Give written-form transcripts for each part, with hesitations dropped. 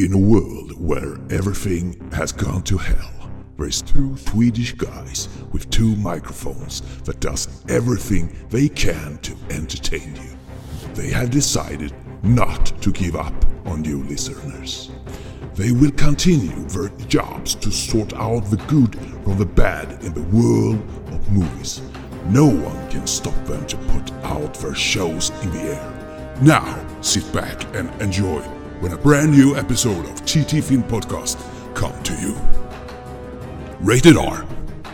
In a world where everything has gone to hell, there is two Swedish guys with two microphones that does everything they can to entertain you. They have decided not to give up on you listeners. They will continue their jobs to sort out the good from the bad in the world of movies. No one can stop them to put out their shows in the air. Now, sit back and enjoy when a brand new episode of TT Film Podcast come to you. Rated R.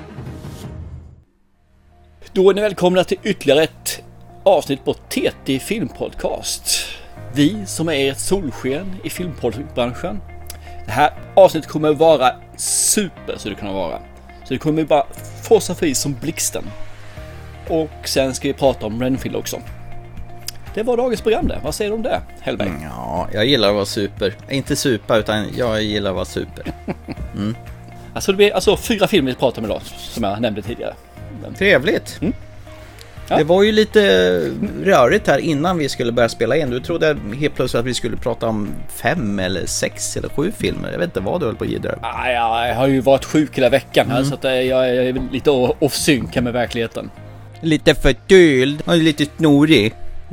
Då är ni välkomna till ytterligare ett avsnitt på TT Film Podcast. Vi som är ett solsken i filmpodcastbranschen. Det här avsnittet kommer att vara super så det kan vara. Så det kommer bara forsa förbi som blixten. Och sen ska vi prata om Renfield också. Det var dagens program det. Vad säger du om det, Hellberg? Ja, jag gillar att vara super. Inte super, utan jag gillar att vara super. Mm. Alltså det blir 4 filmer vi pratar om idag, som jag nämnde tidigare. Trevligt. Mm. Ja. Det var ju lite rörigt här innan vi skulle börja spela in. Du trodde helt plötsligt att vi skulle prata om 5 eller 6 eller 7 filmer. Jag vet inte vad du höll på att ge där. Jag har ju varit sjuk hela veckan här, så att jag är lite off-sync med verkligheten. Lite förkyld och lite snorig.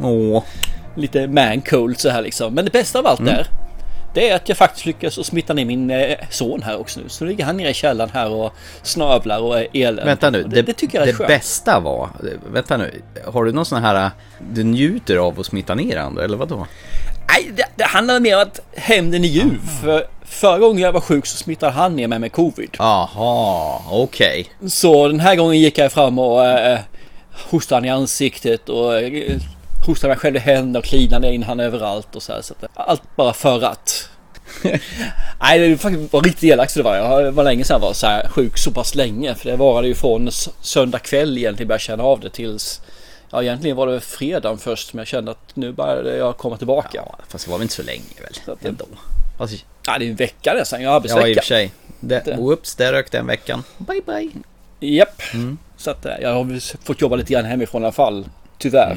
Lite man-cold så här liksom. Men det bästa av allt det är att jag faktiskt lyckas att smitta ner min son här också nu. Så ligger han nere i källaren här och snövlar och är eländig. Vänta nu, det tycker jag är skönt. Det bästa var, vänta nu, har du någon sån här, du njuter av att smitta ner andra eller vadå? Nej, det handlar mer om att hämnden är ljuv. För förra gången jag var sjuk så smittade han ner mig med covid. Aha, okej. Så den här gången gick jag fram och hostade han i ansiktet och hostade mig själv i händerna och klinade in han överallt och så här. Så att allt bara för att. Nej, det var riktigt elakt så det var. Jag var länge sedan var så här sjuk så pass länge. För det varade ju från söndag kväll egentligen började känna av det tills. Ja, egentligen var det fredagen först som jag kände att nu började jag komma tillbaka. Ja, fast det var väl inte så länge väl? Så att, ändå. Alltså, ja, det är en vecka nästan, jag har arbetsvecka. Ja, i och för sig. Där rökte en veckan. Bye bye. Japp. Så att jag har fått jobba lite grann hemifrån i alla fall, tyvärr.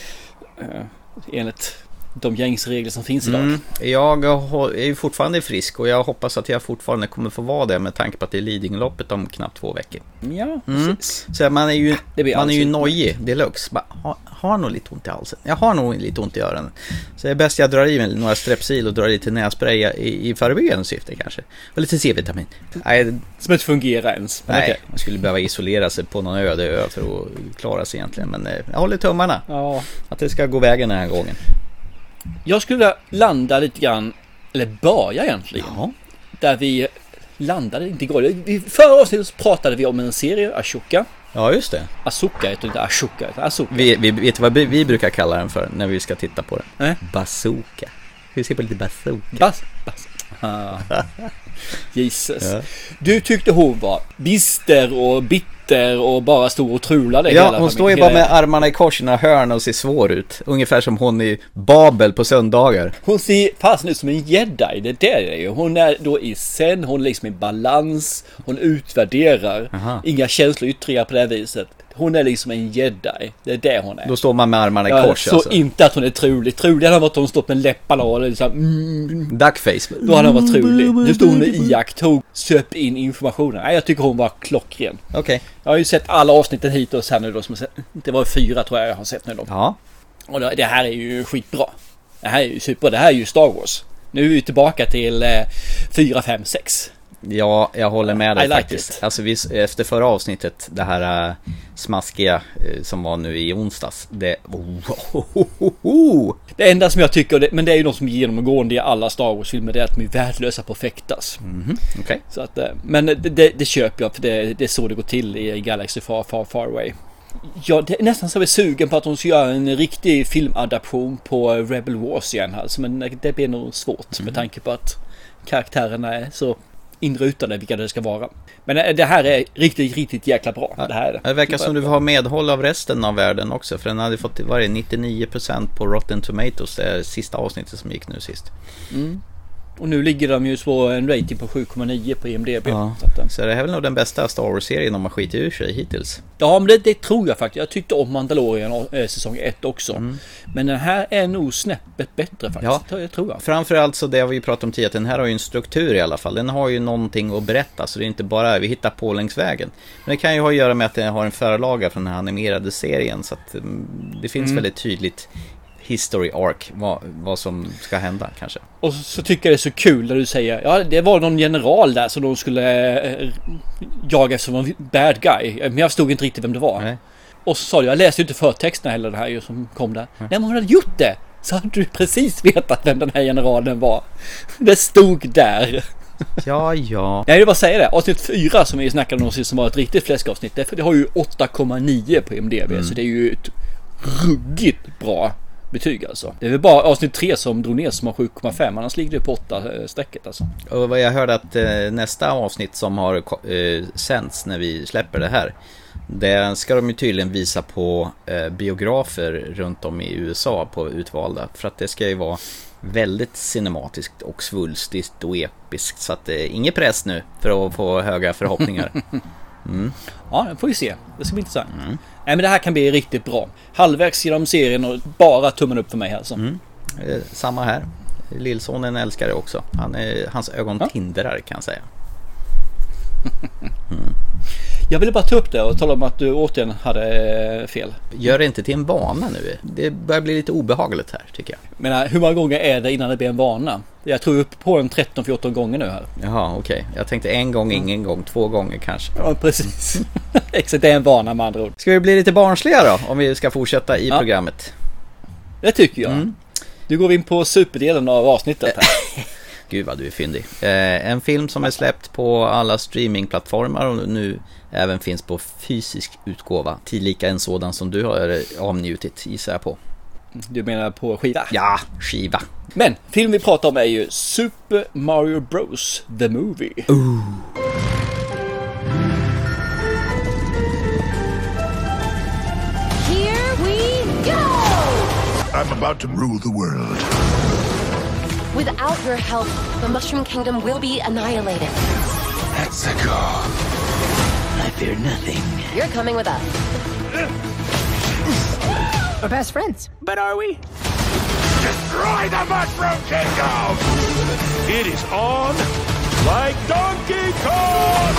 Enligt de gängsregler som finns idag. Jag är ju fortfarande frisk och jag hoppas att jag fortfarande kommer få vara det med tanke på att det är Lidingöloppet om knappt 2 veckor. Ja, precis. Så man är ju nojig deluxe. Har nog lite ont i halsen. Jag har nog lite ont i öronen. Så det är bäst jag drar i mig några Strepsil och drar lite nässpray i förebyggande syfte kanske. Och lite C-vitamin. Som inte fungerar ens. Nej, okay. Man skulle behöva isolera sig på någon öde ö för att klara sig egentligen. Men jag håller tummarna att det ska gå vägen den här gången. Jag skulle landa lite grann, eller börja egentligen, där vi landade inte igår. I förra avsnittet så pratade vi om en serie, Ashoka. Ja, just det. Asuka heter inte Ashoka, utan Asuka. Vi vet vad vi brukar kalla den för när vi ska titta på den. Bazooka. Vi ser på lite bazooka. Jesus. Ja. Du tyckte hon var bister och bitter och bara stod och trulade. Ja, hon står ju bara med armarna i kors i några hörn och ser svår ut. Ungefär som hon i Babel på söndagar. Hon ser fast ut som en jedi, det är ju. Hon är då i sen, hon är liksom i balans, hon utvärderar. Inga känsloyttringar på det viset. Hon är liksom en jedi. Det är det hon är. Då står man med armarna i kors så alltså. Inte att hon är trulig. Trulig hade varit att hon stått med läpparna och liksom duckface. Då hade hon varit trulig. Nu stod hon i jakt och söp in informationen. Nej, jag tycker hon var klockren. Okej. Jag har ju sett alla avsnitten hit och sen nu då som det var 4 tror jag har sett nu då. Ja. Och det här är ju skitbra. Det här är ju super. Det här är ju Star Wars. Nu är vi tillbaka till 4, 5, 6. Ja, jag håller med dig faktiskt. Alltså efter förra avsnittet, det här smaskiga som var nu i onsdags, det enda som jag tycker, men det är ju något som är genomgående i alla Star Wars-filmer, det är att de är värdelösa på att fäktas. Okay. Så att, men det köper jag, för det är så det går till i Galaxy Far, Far, Far Away. Ja, det är nästan så jag är sugen på att de ska göra en riktig filmadaption på Rebel Wars igen här, men det blir nog svårt med tanke på att karaktärerna är så inrutade vilka det ska vara. Men det här är riktigt, riktigt jäkla bra. Ja, det här är det. Det verkar som du har medhåll av resten av världen också, för den hade fått 99% på Rotten Tomatoes, det är sista avsnittet som gick nu sist. Och nu ligger de ju på en rating på 7,9 på IMDb. Ja. Så det här är väl nog den bästa Star Wars-serien om man skiter ur sig hittills. Ja, men det tror jag faktiskt. Jag tyckte om Mandalorian säsong 1 också. Men den här är nog snäppet bättre faktiskt. Ja. Det tror jag. Framförallt så det har vi pratat om tidigare, den här har ju en struktur i alla fall. Den har ju någonting att berätta, så det är inte bara vi hittar på längs vägen. Men det kan ju ha att göra med att den har en förlaga från den här animerade serien, så att det finns väldigt tydligt history arc, vad som ska hända kanske. Och så tycker jag det är så kul när du säger, ja, det var någon general där som de skulle jaga som en bad guy, men jag förstod inte riktigt vem det var. Nej. Och så sa jag läste ju inte förtexterna heller, det här ju som kom där. Nej, men hon hade gjort det, så hade du precis vetat vem den här generalen var. Det stod där. Ja. Jag vill bara säga det, avsnitt 4 som vi snackade om som var ett riktigt fläskavsnitt, det har ju 8,9 på IMDb, så det är ju ett ruggigt bra betyg alltså. Det är väl bara avsnitt 3 som drog ner som har 7,5, annars ligger det på 8 strecket alltså. Och vad jag hörde att nästa avsnitt som har sänds när vi släpper det här, det ska de ju tydligen visa på biografer runt om i USA på utvalda, för att det ska ju vara väldigt cinematiskt och svulstigt och episkt, så att inget press nu för att få höga förhoppningar. Ja, det får vi se. Det ska bli intressant. Nej, men det här kan bli riktigt bra. Halvvägs genom serien och bara tummen upp för mig alltså. Samma här. Lillsonen älskar det också. Hans ögon tindrar, kan jag säga. Jag ville bara ta upp det och tala om att du återigen hade fel. Gör det inte till en vana nu. Det börjar bli lite obehagligt här, tycker jag. Men hur många gånger är det innan det blir en vana? Jag tror upp på en 13-14 gånger nu här. Jaha, okej. Jag tänkte en gång, ingen gång, 2 gånger kanske. Ja, precis. Exakt, det är en vana med andra ord. Ska vi bli lite barnsliga då, om vi ska fortsätta i programmet? Det tycker jag. Nu går vi in på superdelen av avsnittet här. Gud vad du är fyndig. En film som är släppt på alla streamingplattformar och nu även finns på fysisk utgåva. Tillika en sådan som du har avnjutit, gissar jag på. Du menar på skiva? Ja, skiva. Men film vi pratar om är ju Super Mario Bros. The Movie. Here we go! I'm about to rule the world. Without your help, the Mushroom Kingdom will be annihilated. Hexagon. I fear nothing. You're coming with us. We're best friends. But are we? Destroy the Mushroom Kingdom! It is on like Donkey Kong!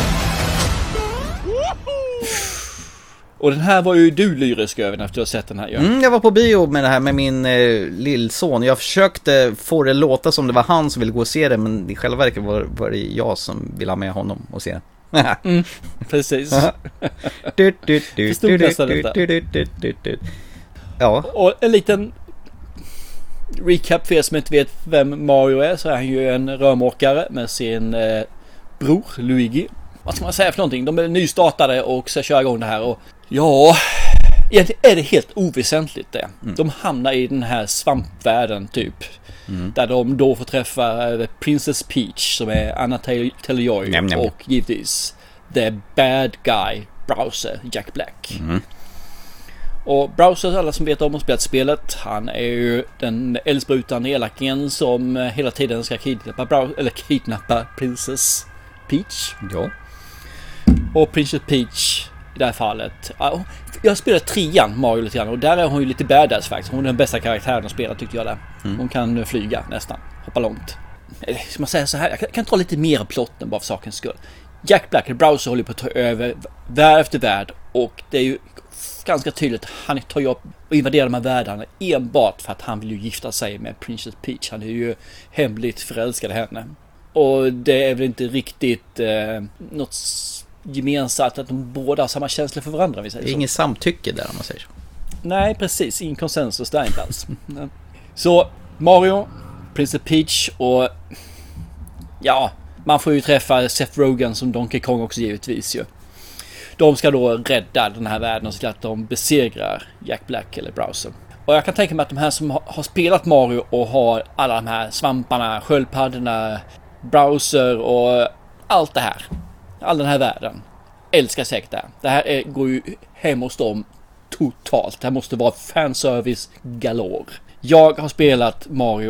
Och den här var ju du lyrisk över efter att du har sett den här. Jag var på bio med det här med min lillson. Jag försökte få det låta som det var han som ville gå och se det, men i själva verket var det jag som ville ha med honom och se det. Precis. Förstod nästan detta. Ja. Och en liten recap för er som inte vet vem Mario är, så är han ju en rörmokare med sin bror Luigi. Vad ska man säga för någonting? De är nystartade och ska köra igång det här. Och ja, egentligen är det helt oväsentligt det. De hamnar i den här svampvärlden typ. Där de då får träffa Princess Peach som är Anna Taylor-Joy och givetvis the bad guy Bowser, Jack Black. Och Bowser, alla som vet om och spelat spelet, han är ju den eldsprutande elakingen som hela tiden ska kidnappa Princess Peach. Ja. Och Princess Peach i det här fallet. Jag har spelat 3 Mario lite grann och där är hon ju lite badass faktiskt. Hon är den bästa karaktären att spela, tyckte jag där. Hon kan flyga nästan, hoppa långt. Ska man säga så här, jag kan ta lite mer av plotten bara för sakens skull. Jack Black, Bowser, håller på att ta över värld efter värld och det är ju ganska tydligt, han tar ju upp och invaderar de här världarna enbart för att han vill ju gifta sig med Princess Peach. Han är ju hemligt förälskad i henne. Och det är väl inte riktigt något gemensamt att de båda har samma känslor för varandra. Det är ingen samtycke där, om man säger så. Nej, precis. Ingen konsensus där inte alls. Så Mario, Princess Peach och ja, man får ju träffa Seth Rogen som Donkey Kong också givetvis ju. De ska då rädda den här världen och se att de besegrar Jack Black eller Bowser. Och jag kan tänka mig att de här som har spelat Mario och har alla de här svamparna, sköldpaddorna, Bowser och allt det här, all den här världen, älskar säkert det här. Det här går ju hem hos dem totalt. Det här måste vara fanservice galore. Jag har spelat Mario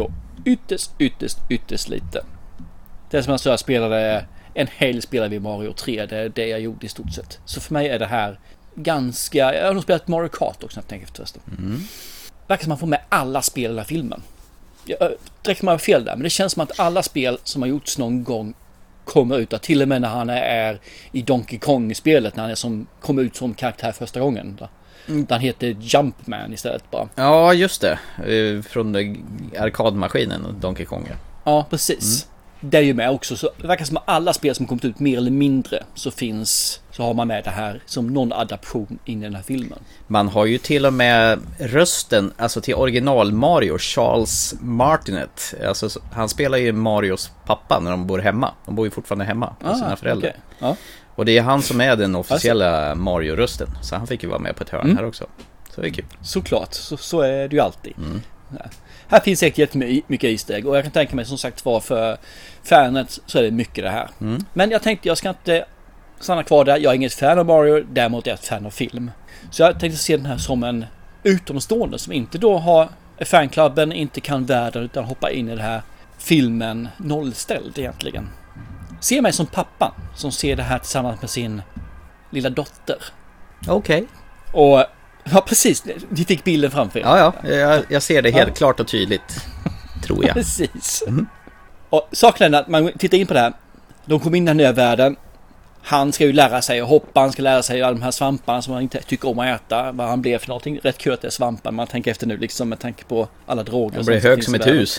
ytterst lite. Det är som jag spelade en hel spelare vid Mario 3. Det är det jag gjorde i stort sett. Så för mig är det här ganska... Jag har nog spelat Mario Kart också när jag tänker efter förresten. Verkar som man får med alla spel i den här filmen. Direkt man har fel där, men det känns som att alla spel som har gjorts någon gång kommer ut. Till och med när han är i Donkey Kong-spelet, när han är som kommer ut som karaktär första gången. Där han heter Jumpman istället bara. Ja, just det. Från arkadmaskinen och Donkey Kong. Ja, precis. Det är ju med också. Så det verkar som att alla spel som kommit ut mer eller mindre så har man med det här som någon adaption in i den här filmen. Man har ju till och med rösten, alltså till original Mario, Charles Martinet. Alltså, han spelar ju Marios pappa när de bor hemma. De bor ju fortfarande hemma med sina föräldrar. Okay. Ja. Och det är han som är den officiella Mario-rösten. Så han fick ju vara med på ett hörn här också. Så det är kul. Såklart, så är det ju alltid. Ja. Här finns säkert jättemycket easter egg. Och jag kan tänka mig som sagt var för fanet så är det mycket det här. Men jag tänkte jag ska inte stanna kvar där. Jag är inget fan av Mario, däremot är jag ett fan av film. Så jag tänkte se den här som en utomstående som inte då har fanklubben, inte kan världen utan hoppar in i den här filmen nollställd egentligen. Se mig som pappan som ser det här tillsammans med sin lilla dotter. Okej. Och ja, precis. Ni fick bilden framför er. Ja, jag ser det helt klart och tydligt, tror jag. Precis. Och saken är att man tittar in på det här. De kommer in i den nya världen. Han ska ju lära sig att hoppa. Han ska lära sig alla de här svamparna som han inte tycker om att äta. Vad han blev för någonting. Rätt kul att det är svampar. Man tänker efter nu liksom med tanke på alla droger. Han blir hög som ett hus.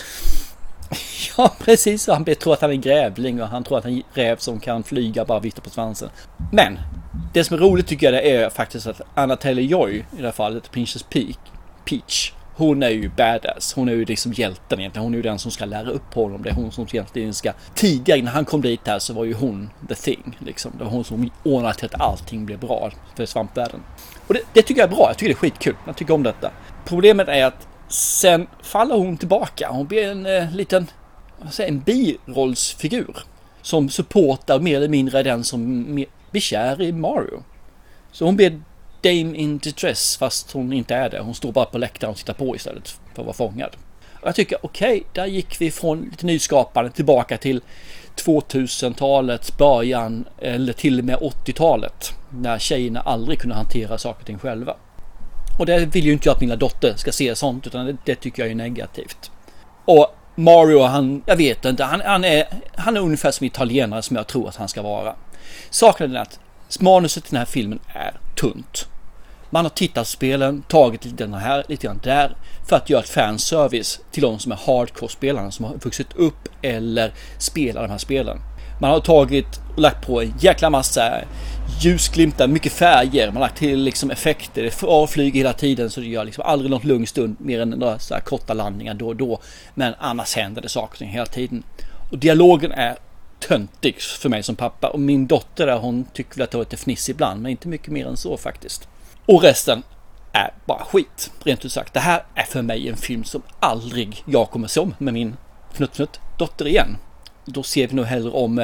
Ja, precis. Han tror att han är en grävling och han tror att han är en räv som kan flyga bara vifta på svansen. Men det som är roligt tycker jag det är faktiskt att Anna Taylor-Joy i det här fallet, Princess Peach, hon är ju badass. Hon är ju liksom hjälten egentligen. Hon är ju den som ska lära upp honom. Det är hon som egentligen ska... Tidigare när han kom dit här så var ju hon the thing. Liksom. Det var hon som ordnade till att allting blev bra för svampvärlden. Och det tycker jag är bra. Jag tycker det är skitkul. Jag tycker om detta. Problemet är att sen faller hon tillbaka. Hon blir en liten... en birollsfigur. Som supportar mer eller mindre den som blir kär i Mario. Så hon blir Dame in Distress fast hon inte är det. Hon står bara på läktaren och tittar på istället för att vara fångad. Och jag tycker okej, där gick vi från lite nyskapande tillbaka till 2000-talets början eller till och med 80-talet när tjejerna aldrig kunde hantera saker och ting själva. Och det vill ju inte jag att mina dotter ska se sånt utan det tycker jag är negativt. Och Mario, jag vet inte, han är ungefär som italienare som jag tror att han ska vara. Saken är att manuset till den här filmen är tunt. Man har tittat på spelen, tagit lite här, lite grann där för att göra ett fanservice till de som är hardcore-spelarna som har vuxit upp eller spelar de här spelen. Man har tagit och lagt på en jäkla massa ljusglimtar, mycket färger, man har lagt till liksom effekter, det flyger hela tiden så det gör liksom aldrig något lugn stund mer än några så här korta landningar då och då, men annars händer det saker hela tiden. Och dialogen är töntig för mig som pappa och min dotter där, hon tycker väl att det är lite fniss ibland men inte mycket mer än så faktiskt. Och resten är bara skit, rent ut sagt. Det här är för mig en film som aldrig jag kommer se om med min fnutt dotter igen. Då ser vi nog hellre om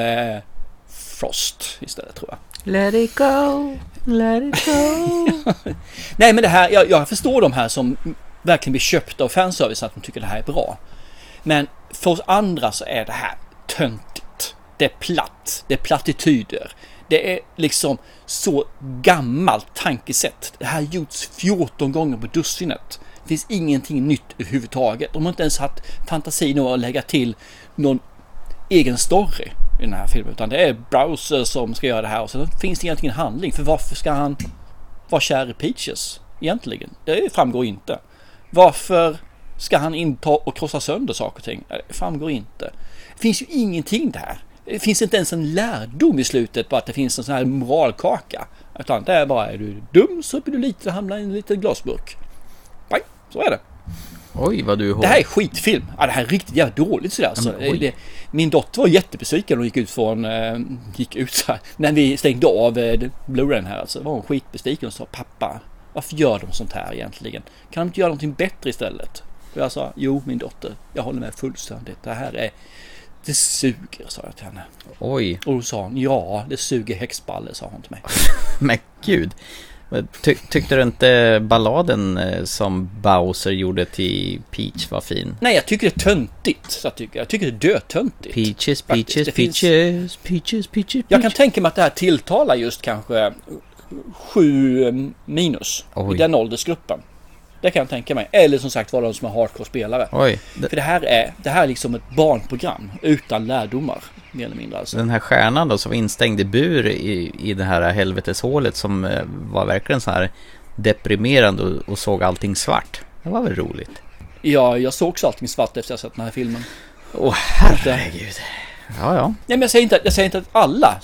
Frost istället tror jag. Let it go, let it go. Nej men det här, jag förstår de här som verkligen blir köpta av fanservice att de tycker det här är bra. Men för oss andra så är det här töntigt. Det är platt, det är plattityder. Det är liksom så gammalt tankesätt. Det här har gjorts 14 gånger på dussinet. Det finns ingenting nytt överhuvudtaget. De har inte ens haft fantasi nog att lägga till någon egen story i den här filmen. Utan det är Browser som ska göra det här. Och så finns det egentligen handling. För varför ska han vara kär i Peaches egentligen? Det framgår inte. Varför ska han inta och krossa sönder saker och ting? Det framgår inte. Det finns ju ingenting där. Det finns inte ens en lärdom i slutet på att det finns en sån här moralkaka. Utan det är bara, är du dum så blir du lite hamna i en liten glasburk. Nej, så är det. Oj, vad du har. Det här är skitfilm. Ja, det här är riktigt jävla dåligt sådär. Så min dotter var jättebesviken och gick ut så här. När vi stängde av Blu-rayen här alltså, var hon skitbesviken och sa pappa, varför gör de sånt här egentligen? Kan de inte göra någonting bättre istället? Och jag sa, jo min dotter, jag håller med fullständigt. Det här är det suger, sa jag till henne. Oj. Och då sa hon, ja, det suger häxballe, sa hon till mig. Men gud. Tyckte du inte balladen som Bowser gjorde till Peach var fin? Nej, jag tycker det är töntigt. Jag tycker det är dödtöntigt. Peaches. Jag kan tänka mig att det här tilltalar just kanske 7 minus i den åldersgruppen. Det kan jag tänka mig. Eller som sagt var de som är hardcore-spelare. För det här är liksom ett barnprogram utan lärdomar. Mer eller mindre alltså. Den här stjärnan då som var instängd i bur i det här helveteshålet som var verkligen så här deprimerande och såg allting svart. Det var väl roligt? Ja, jag såg också allting svart efter att jag sett den här filmen. Herregud. Ja. Nej, men jag säger inte att alla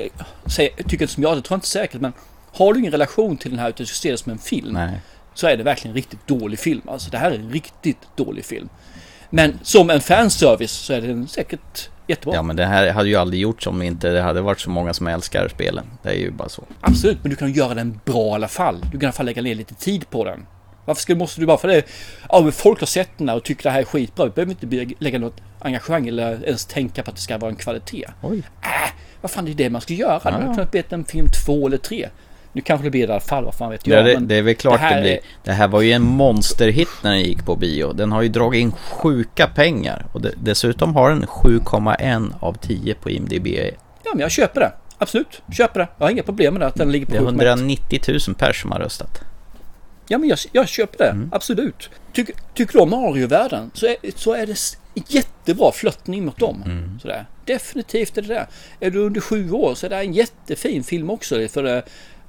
tycker som jag. Det tror jag inte säkert. Men har du ingen relation till den här utan du ser det som en film. Så är det verkligen en riktigt dålig film. Alltså det här är en riktigt dålig film. Men som en fanservice så är den säkert jättebra. Ja, men det här hade ju aldrig gjorts om inte det hade varit så många som älskar spelen. Det är ju bara så. Absolut, men du kan göra den bra i alla fall. Du kan i alla fall lägga ner lite tid på den. Varför måste du bara för det? Ja, men folk har sett den och tycker det här är skitbra. Du behöver inte lägga något engagemang eller ens tänka på att det ska vara en kvalitet. Vad fan är det man ska göra? Du har kunnat beta en film 2 eller 3. Nu kanske det blir i alla fall, vad fan vet jag. Det är väl klart det blir. Det här var ju en monsterhit när den gick på bio. Den har ju dragit in sjuka pengar. Och dessutom har den 7,1 av 10 på IMDb. Ja, men jag köper det. Absolut, köper det. Jag har inga problem med det att den ligger på 7,1. Det är 190 000 pers som har röstat. Ja, men jag köper det. Absolut. Tycker du om Mario-världen så är det jättebra flöttning mot dem. Sådär. Definitivt är det där. Är du under 7 år så är det en jättefin film också för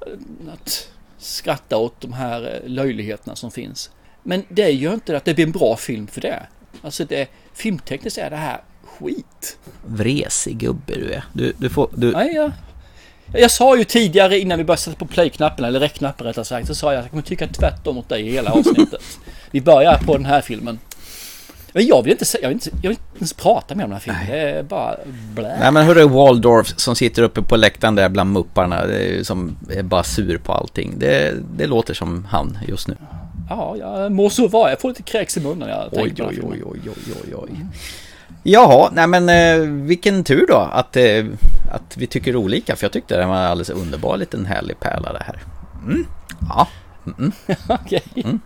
att skratta åt de här löjligheterna som finns. Men det gör inte att det blir en bra film för det. Alltså filmtekniskt är det här skit. Vresig gubbe du är. Nej, jag sa ju tidigare innan vi började sätta på play-knappen eller rec-knappen rättare sagt, så sa jag att jag kommer tycka tvärtom mot dig i hela avsnittet. Vi börjar på den här filmen. Men jag vill inte ens prata med om den här filmen. Det är bara blä. Nej, men hörru, Waldorf som sitter uppe på läktaren där bland mupparna som är bara sur på allting. Det låter som han just nu. Ja, jag må så vara. Jag får lite kräks i munnen. Oj. Jaha, nej men vilken tur då att vi tycker olika. För jag tyckte det var en alldeles underbar liten härlig pärla det här. Ja. Okej.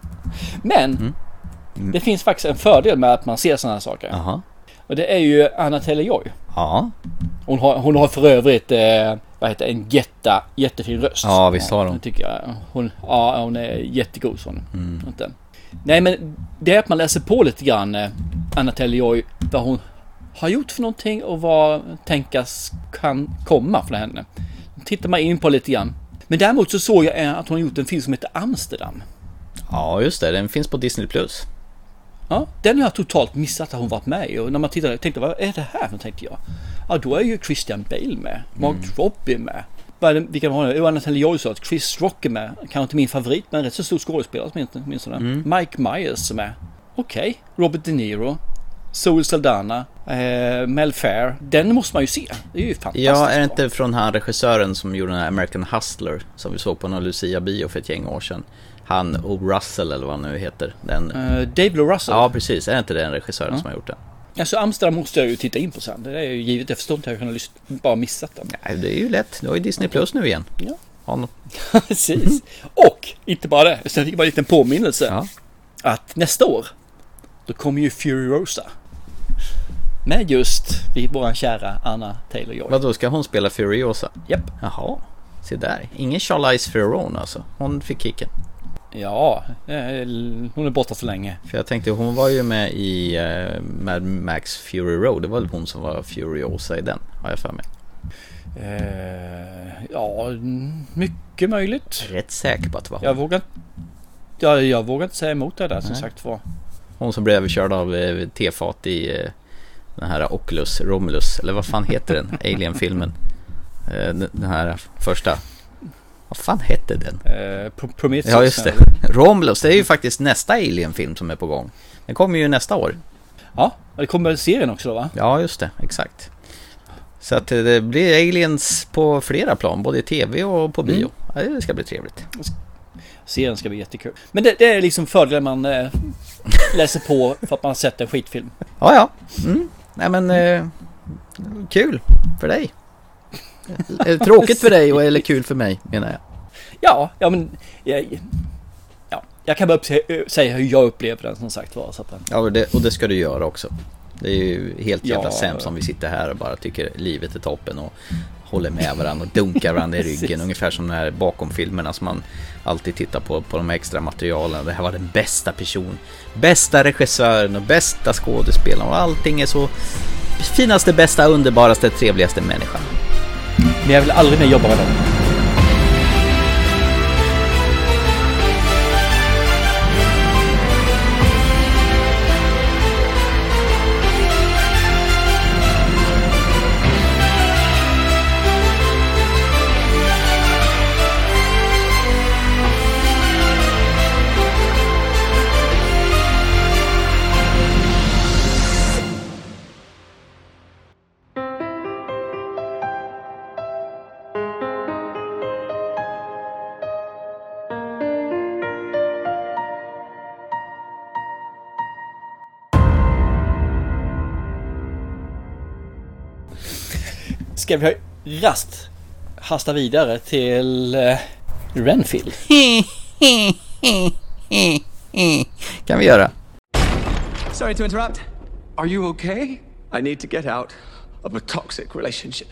Men det finns faktiskt en fördel med att man ser sådana här saker. Aha. Och det är ju Anya Taylor-Joy. Ja. Hon har för övrigt en jättefin röst. Ja, visst har hon. Tycker jag. Hon är jättegod sån. Nej, men det är att man läser på lite grann Anya Taylor-Joy, vad hon har gjort för någonting och vad tänkas kan komma från henne. Tittar man in på lite grann. Men däremot så såg jag att hon har gjort en film som heter Amsterdam. Ja, just det. Den finns på Disney+. Ja, den har jag totalt missat att hon varit med i. Och när man tittade tänkte vad är det här? Tänkte jag. Ja, då är ju Christian Bale med. Mark Robbie med. Vilka har det? Anya Taylor-Joy sa att Chris Rock är med. Kanske inte min favorit, men rätt så stor skådespelare åtminstone. Mike Myers är med. Okej. Robert De Niro. Zoe Saldana. Mel Fair. Den måste man ju se. Det är ju fantastiskt. Ja, är det inte från han regissören som gjorde den här American Hustler som vi såg på någon Lucia-bio för ett gäng år sedan? Han O'Russell eller vad han nu heter. David O'Russell. Ja, precis. Är det inte den regissören som har gjort den? Alltså Amsterdam måste jag ju titta in på sen. Det är ju givet. Jag förstår inte att jag kan bara missat den. Nej, det är ju lätt. Du har ju Disney Plus nu igen. Ja. Precis. Och inte bara det. Sen fick jag bara en liten påminnelse. Att nästa år då kommer ju Furiosa. Med just våran kära Anya Taylor-Joy. Vadå, ska hon spela Furiosa? Japp. Jaha, se där. Ingen Charlize Theron alltså. Hon fick kicken. Ja, hon är borta så länge. För jag tänkte, hon var ju med i Mad Max Fury Road. Det var väl hon som var Furiosa i den, har jag för mig. Ja, mycket möjligt. Rätt säker på att det var hon. Jag vågar inte säga emot det där som sagt var. Hon som blev överkörd av tefat i den här Oculus, Romulus, eller vad fan heter den? Alien-filmen. Den här första. Vad fan hette den? Prometheus. Ja, just det. Romulus, det är ju faktiskt nästa Alien-film som är på gång. Den kommer ju nästa år. Ja, det kommer serien också då, va? Ja, just det. Exakt. Så att det blir aliens på flera plan, både i tv och på bio. Ja, det ska bli trevligt. Serien ska bli jättekul. Men det är liksom fördelen man läser på för att man har sett en skitfilm. Ja. Nej men kul för dig. Tråkigt för dig eller kul för mig, menar jag. Jag kan bara säga hur jag upplever den, som sagt var. Så att ja, och det ska du göra också. Det är ju helt jävla sämst som vi sitter här och bara tycker livet är toppen och håller med varandra och dunkar varandra i ryggen. Ungefär som de här bakom filmerna som man alltid tittar på de extra materialen. Det här var den bästa person, bästa regissören och bästa skådespelaren och allting är så finaste, bästa, underbaraste, trevligaste människan. Men jag vill aldrig mer jobba med dem. Ska vi rast hasta vidare till Renfield? Kan vi göra. Sorry to interrupt. Are you okay? I need to get out of a toxic relationship.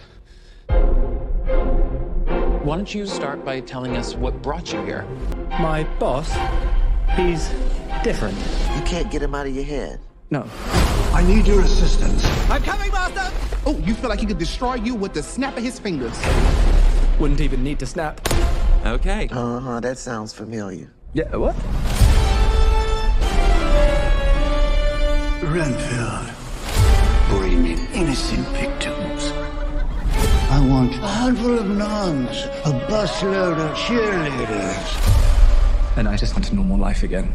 Why don't you start by telling us what brought you here? My boss, he's different. You can't get him out of your head. No. I need your assistance. I'm coming, Master! Oh, you feel like he could destroy you with the snap of his fingers. Wouldn't even need to snap. Okay. That sounds familiar. Yeah, what? Renfield. Bring in innocent victims. I want a handful of nuns, a busload of cheerleaders. And I just want a normal life again.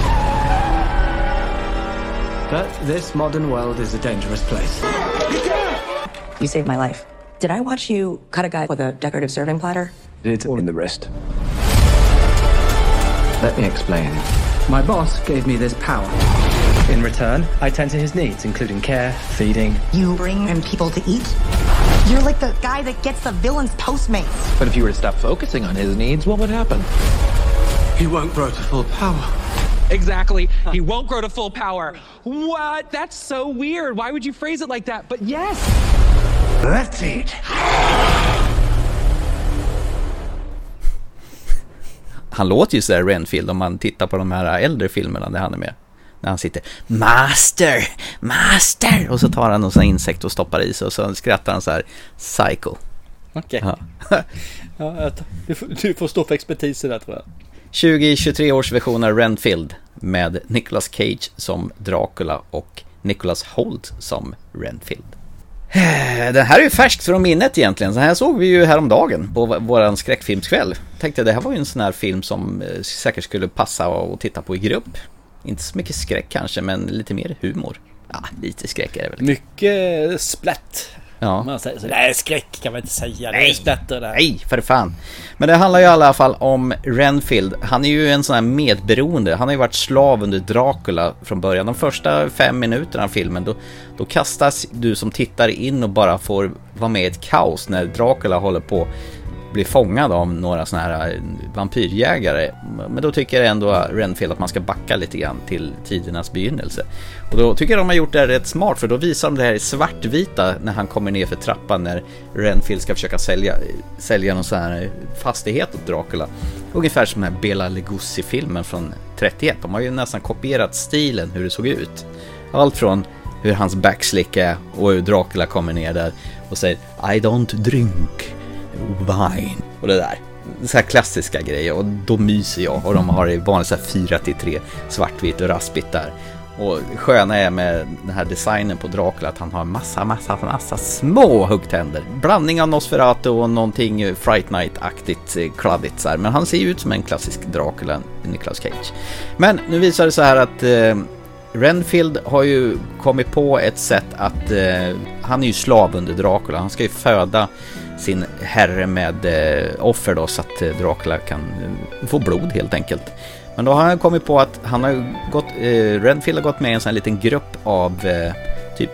But this modern world is a dangerous place. You saved my life. Did I watch you cut a guy with a decorative serving platter? It's all in the wrist. Let me explain. My boss gave me this power. In return, I tend to his needs, including care, feeding. You bring him people to eat? You're like the guy that gets the villain's Postmates. But if you were to stop focusing on his needs, what would happen? He won't grow to full power. Exactly. He won't grow to full power. What? That's so weird. Why would you phrase it like that? But yes! That's it. Han låter ju så där Renfield om man tittar på de här äldre filmerna där han är med. När han sitter Master! Och så tar han någon sån insekt och stoppar i sig och så skrattar han så här Psycho. Okej. Ja, du får stå för expertisen där, tror jag. 2023 års version av Renfield med Nicolas Cage som Dracula och Nicholas Hoult som Renfield. Den här är ju färskt från minnet egentligen. Så här såg vi ju häromdagen på våran skräckfilmskväll. Tänkte det här var ju en sån här film som säkert skulle passa att titta på i grupp. Inte så mycket skräck kanske, men lite mer humor. Ja, lite skräck är det väl. Mycket splatt. Ja. Man säger så. Nej, skräck kan man inte säga. Nej, det är splatter där. Nej, för fan. Men det handlar ju i alla fall om Renfield. Han är ju en sån här medberoende. Han har ju varit slav under Dracula från början. De första 5 minuterna av filmen, då kastas du som tittar in och bara får vara med i ett kaos när Dracula håller på blir fångad av några såna här vampyrjägare. Men då tycker jag ändå Renfield att man ska backa lite grann till tidernas begynnelse. Och då tycker jag de har gjort det rätt smart, för då visar de det här i svartvita när han kommer ner för trappan när Renfield ska försöka sälja någon sån här fastighet åt Dracula. Ungefär som den här Bela Lugosi-filmen från 31. De har ju nästan kopierat stilen hur det såg ut. Allt från hur hans backslick är och hur Dracula kommer ner där och säger I don't drink wine och det där. Så här klassiska grejer, och då myser jag. Och de har i vanligt så här 4:3 svartvitt och raspigt där. Och sköna är med den här designen på Dracula att han har massa små huggtänder. Blandning av Nosferatu och någonting Fright Night-aktigt kladdigt så här. Men han ser ju ut som en klassisk Dracula, Nicolas Cage. Men nu visar det så här att Renfield har ju kommit på ett sätt att han är ju slav under Dracula. Han ska ju föda sin herre med offer då, så att Dracula kan få blod helt enkelt. Men då har han kommit på att han har gått, Renfield har gått med i en sån här liten grupp av typ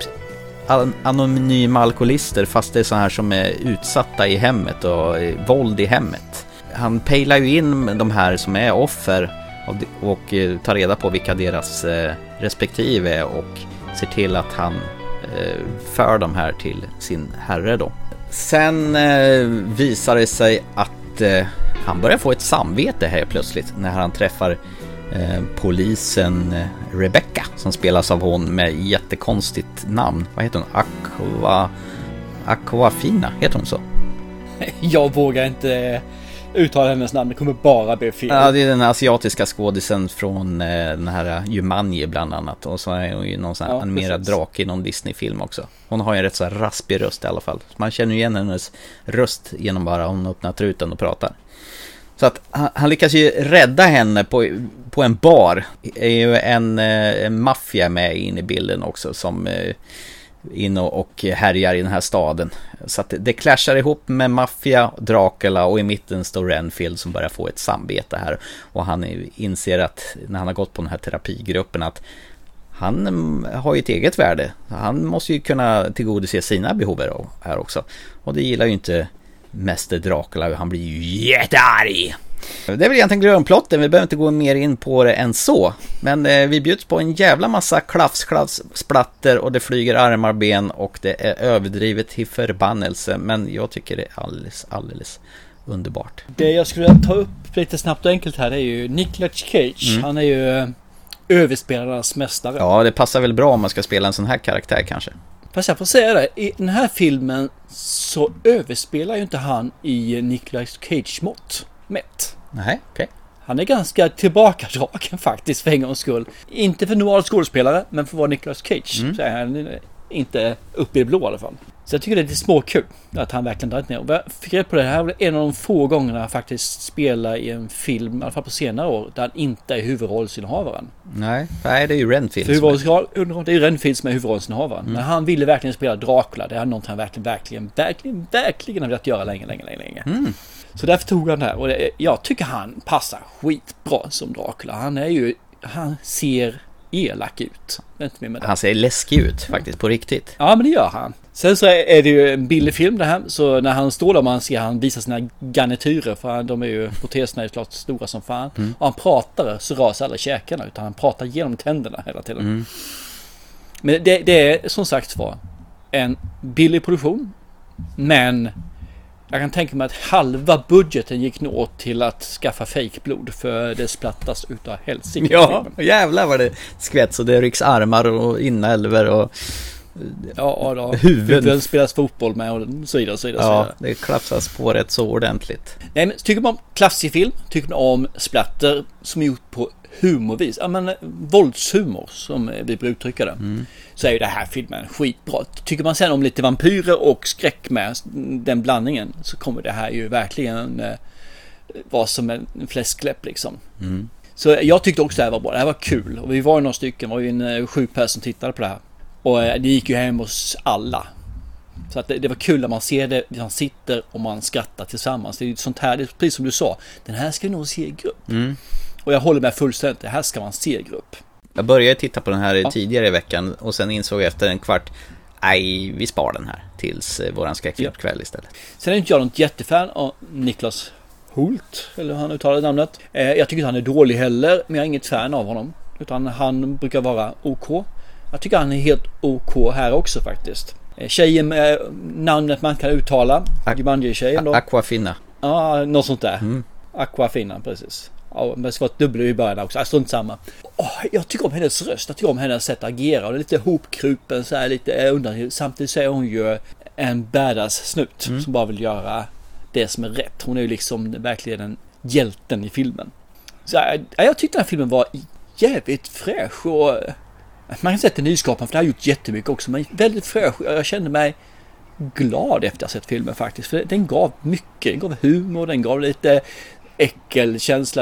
anonyma alkoholister, fast det är så här som är utsatta i hemmet och våld i hemmet. han pejlar ju in de här som är offer och tar reda på vilka deras respektive är och ser till att han för de här till sin herre då. Sen visar det sig att han börjar få ett samvete här plötsligt när han träffar polisen Rebecca som spelas av hon med jättekonstigt namn. Vad heter hon? Aquafina, heter hon så? Jag vågar inte uttala hennes namn, det kommer bara bli fel. Ja, det är den asiatiska skådisen från den här Jumanji bland annat. Och så är hon ju någon sån här animerad drake i någon Disney-film också. Hon har ju en rätt så här raspig röst i alla fall. Man känner igen hennes röst genom bara hon öppnar truten och pratar. Så att han lyckas ju rädda henne på en bar. Det är ju en maffia med in i bilden också som in och härjar i den här staden. Så att det clashar ihop med maffia, Dracula och i mitten står Renfield som börjar få ett samvete här. Och han inser att när han har gått på den här terapigruppen att han har ju ett eget värde. Han måste ju kunna tillgodose sina behov här också. Och det gillar ju inte Mäster Dracula, han blir ju jättearg. Det är väl egentligen grundplotten, vi behöver inte gå mer in på det än så. Men vi bjuds på en jävla massa klafs, splatter och det flyger armar, ben och det är överdrivet till förbannelse. Men jag tycker det är alldeles underbart. Det jag skulle ta upp lite snabbt och enkelt här är ju Nicolas Cage. Han är ju överspelarnas mästare. Ja, det passar väl bra om man ska spela en sån här karaktär kanske. Fast jag får säga det, i den här filmen så överspelar ju inte han i Nicolas Cage-mått mätt. Nej, okej. Han är ganska tillbakadragen faktiskt för en gångs skull. Inte för normal skådespelare, men för att vara Nicolas Cage. Så är han inte uppe i det blå i alla fall. Så jag tycker det är lite småkul att han verkligen dragit ner. Och jag fick reda på det här var en av de få gångerna han faktiskt spelar i en film, i alla fall på senare år, där han inte är huvudrollsinnehavaren. Nej, det är ju Renfield. Det är ju Renfield som är huvudrollsinnehavaren. Men han ville verkligen spela Dracula. Det är något han verkligen har velat göra länge. Så därför tog han det här. Och jag tycker han passar skitbra som Dracula. Han ser elak ut. Han ser läskig ut faktiskt, på riktigt. Ja, men det gör han. Sen så är det ju en billig film det här. Så när han står där man ser han visar sina garnityrer. För de är ju, proteserna är ju klart stora som fan. Och han pratar så rör sig alla käkarna. Utan han pratar genom tänderna hela tiden. Men det är som sagt var en billig produktion. Men jag kan tänka mig att halva budgeten gick nog åt till att skaffa fejkblod. För det splattas utav helsike. Ja, jävlar vad det skvätts och det rycks armar och inälver och huvuden spelas fotboll med och så vidare. Ja, det klafsas på rätt så ordentligt. Nej, men tycker man om klassisk film, tycker man om splatter som är gjort på humorvis, ja men våldshumor som vi brukar uttrycka det, så är ju det här filmen skitbra. Tycker man sen om lite vampyrer och skräck med den blandningen, så kommer det här ju verkligen vara som en fläskläpp liksom. Så jag tyckte också det här var bra, det här var kul och vi var ju några stycken, var ju en 7 personer som tittade på det här och det gick ju hem hos alla. Så att det var kul när man ser det, man sitter och man skrattar tillsammans. Det är ju sånt här, det är precis som du sa, den här ska vi nog se i grupp. Och jag håller med fullständigt, det här ska man se i grupp. Jag började titta på den här tidigare i veckan och sen insåg jag efter en kvart, vi spar den här tills våran skräckfilmkväll istället. Sen är inte jag något jättefan av Niklas Hoult, eller hur han uttalar namnet. Jag tycker inte han är dålig heller, men jag är inget fan av honom. Utan han brukar vara OK. Jag tycker han är helt OK här också faktiskt. Tjejen med namnet man kan uttala, Jumanji-tjejen då. Aquafina. Ja, något sånt där. Aquafina, precis. Ja, men det var ett dubbel i början också, alltså inte samma. Jag tycker om hennes röst, jag tycker om hennes sätt att agera och det är lite hopkrupen så här, lite undan. Samtidigt så är hon ju en badass snut som bara vill göra det som är rätt. Hon är ju liksom verkligen en hjälten i filmen. Så jag tyckte den här filmen var jävligt fräsch och man kan säga att det är nyskapande, för det har gjort jättemycket också, men väldigt fräsch. Jag kände mig glad efter att ha sett filmen faktiskt, för den gav mycket, den gav humor, den gav lite äckelkänsla,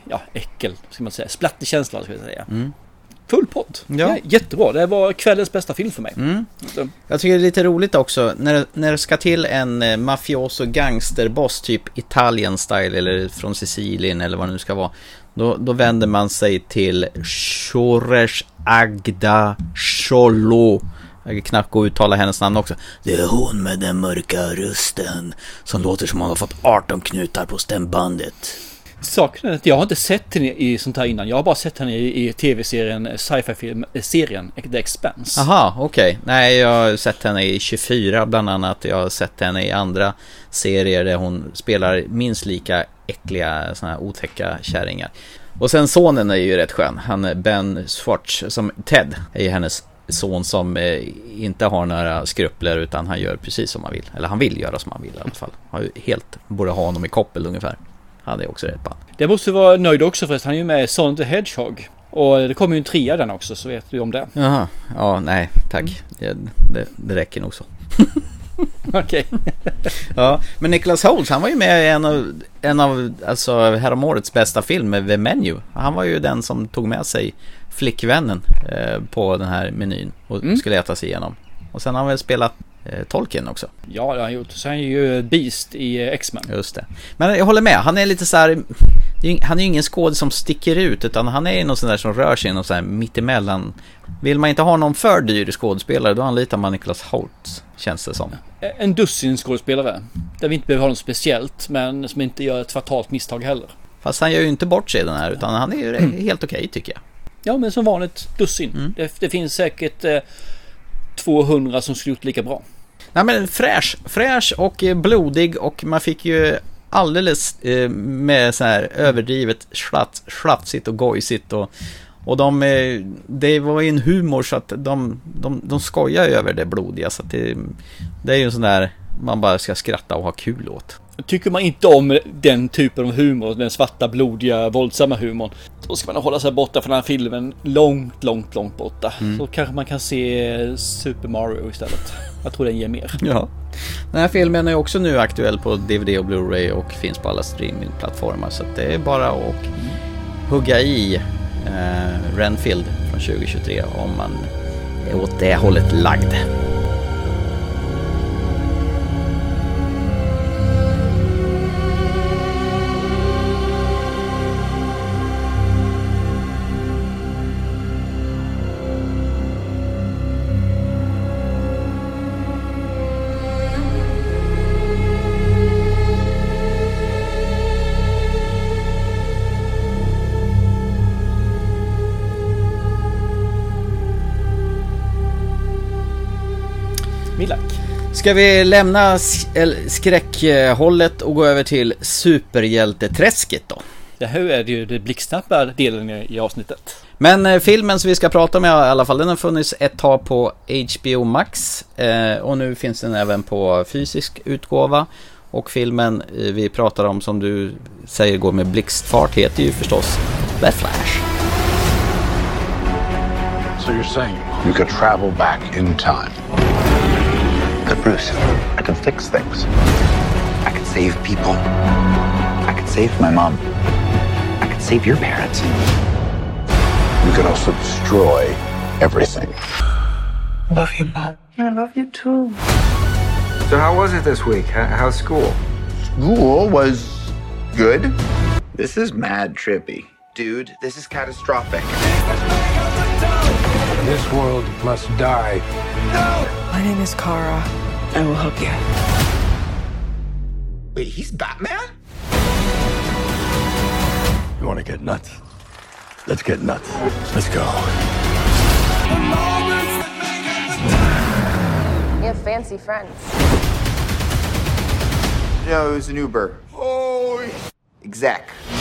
äckel ska man säga, splatterkänsla ska jag säga. Full pott. Ja. Jättebra, det var kvällens bästa film för mig. Jag tycker det är lite roligt också när det ska till en mafioso gangsterboss typ Italian style eller från Sicilien eller vad det nu ska vara. Då vänder man sig till Shoresh Agda Cholo Jag kan knappt gå och uttala hennes namn också. Det är hon med den mörka rösten som låter som hon har fått 18 knutar på stämbandet. Saken är att jag har inte sett henne i sånt här innan. Jag har bara sett henne i tv-serien, sci-fi-film-serien The Expanse. Aha, okej. Nej, jag har sett henne i 24 bland annat. Jag har sett henne i andra serier där hon spelar minst lika äckliga, såna här otäcka kärringar. Och sen sonen är ju rätt skön. Han är Ben Schwartz, som Ted är ju hennes son som inte har några skrupler utan han gör precis som han vill. Eller han vill göra som han vill i alla fall. Han helt borde ha honom i koppel ungefär. Han är också rätt bra. Det måste vara nöjd också förresten. Han är ju med i Sonic the Hedgehog. Och det kommer ju en 3 den också, så vet du om det. Jaha, ja nej tack. Det räcker nog så. Okej. Ja, men Nicholas Hoult, han var ju med i en av alltså häromårets bästa film med The Menu. Han var ju den som tog med sig flickvännen på den här menyn och skulle äta sig igenom. Och sen har han väl spelat Tolkien också. Ja, det har han gjort. Så han är ju Beast i X-Men. Just det. Men jag håller med, han är lite så här, han är ju ingen skåd som sticker ut, utan han är någon sån där som rör sig någon så här mittemellan. Vill man inte ha någon för dyr skådespelare, då anlitar man Nicholas Hoult, känns det som. En dussin skådespelare. Där vi inte behöver ha något speciellt, men som inte gör ett fatalt misstag heller. Fast han gör ju inte bort sig den här, utan han är ju helt okej tycker jag. Ja, men som vanligt dussin. Det finns säkert 200 som skulle gjort lika bra. Nej, men fräsch och blodig, och man fick ju alldeles med så här överdrivet slatsigt och gojsigt och det var ju en humor så att de skojar över det blodiga, så att det är ju en sån där man bara ska skratta och ha kul åt. Tycker man inte om den typen av humor, den svarta, blodiga, våldsamma humorn, då ska man hålla sig borta från den här filmen långt borta. Så kanske man kan se Super Mario istället. Jag tror den ger mer. Ja. Den här filmen är också nu aktuell på DVD och Blu-ray och finns på alla streamingplattformar, så att det är bara att hugga i Renfield från 2023 om man är åt det hållet lagd. Ska vi lämna skräckhållet och gå över till superhjälteträsket då? Det här är ju det blixtsnabba delen i avsnittet. Men filmen som vi ska prata om i alla fall, den har funnits ett tag på HBO Max och nu finns den även på fysisk utgåva. Och filmen vi pratar om, som du säger går med blixtfart, heter ju förstås The Flash. So you're saying you could travel back in time? But Bruce, I can fix things. I could save people. I could save my mom. I could save your parents. You could also destroy everything. I love you, Mom. I love you too. So how was it this week? How's school? School was good. This is mad trippy. Dude, this is catastrophic. This world must die. No! My name is Kara. I will help you. Wait, he's Batman? You want to get nuts? Let's get nuts. Let's go. You have fancy friends. No, it was an Uber. Oh, exec.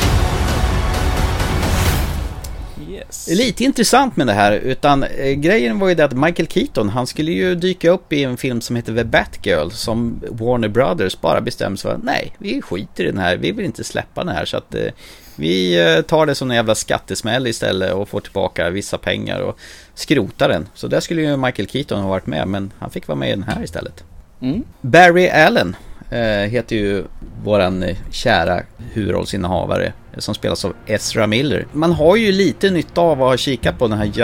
Yes. Lite intressant med det här, utan grejen var ju det att Michael Keaton, han skulle ju dyka upp i en film som heter The Batgirl, som Warner Brothers bara bestämde sig för, nej, vi skiter i den här, vi vill inte släppa den här, så att vi tar det som en jävla skattesmäll istället och får tillbaka vissa pengar och skrotar den. Så där skulle ju Michael Keaton ha varit med, men han fick vara med i den här istället. Barry Allen heter ju våran kära huvudrollsinnehavare som spelas av Ezra Miller. Man har ju lite nytta av att ha kikat på den här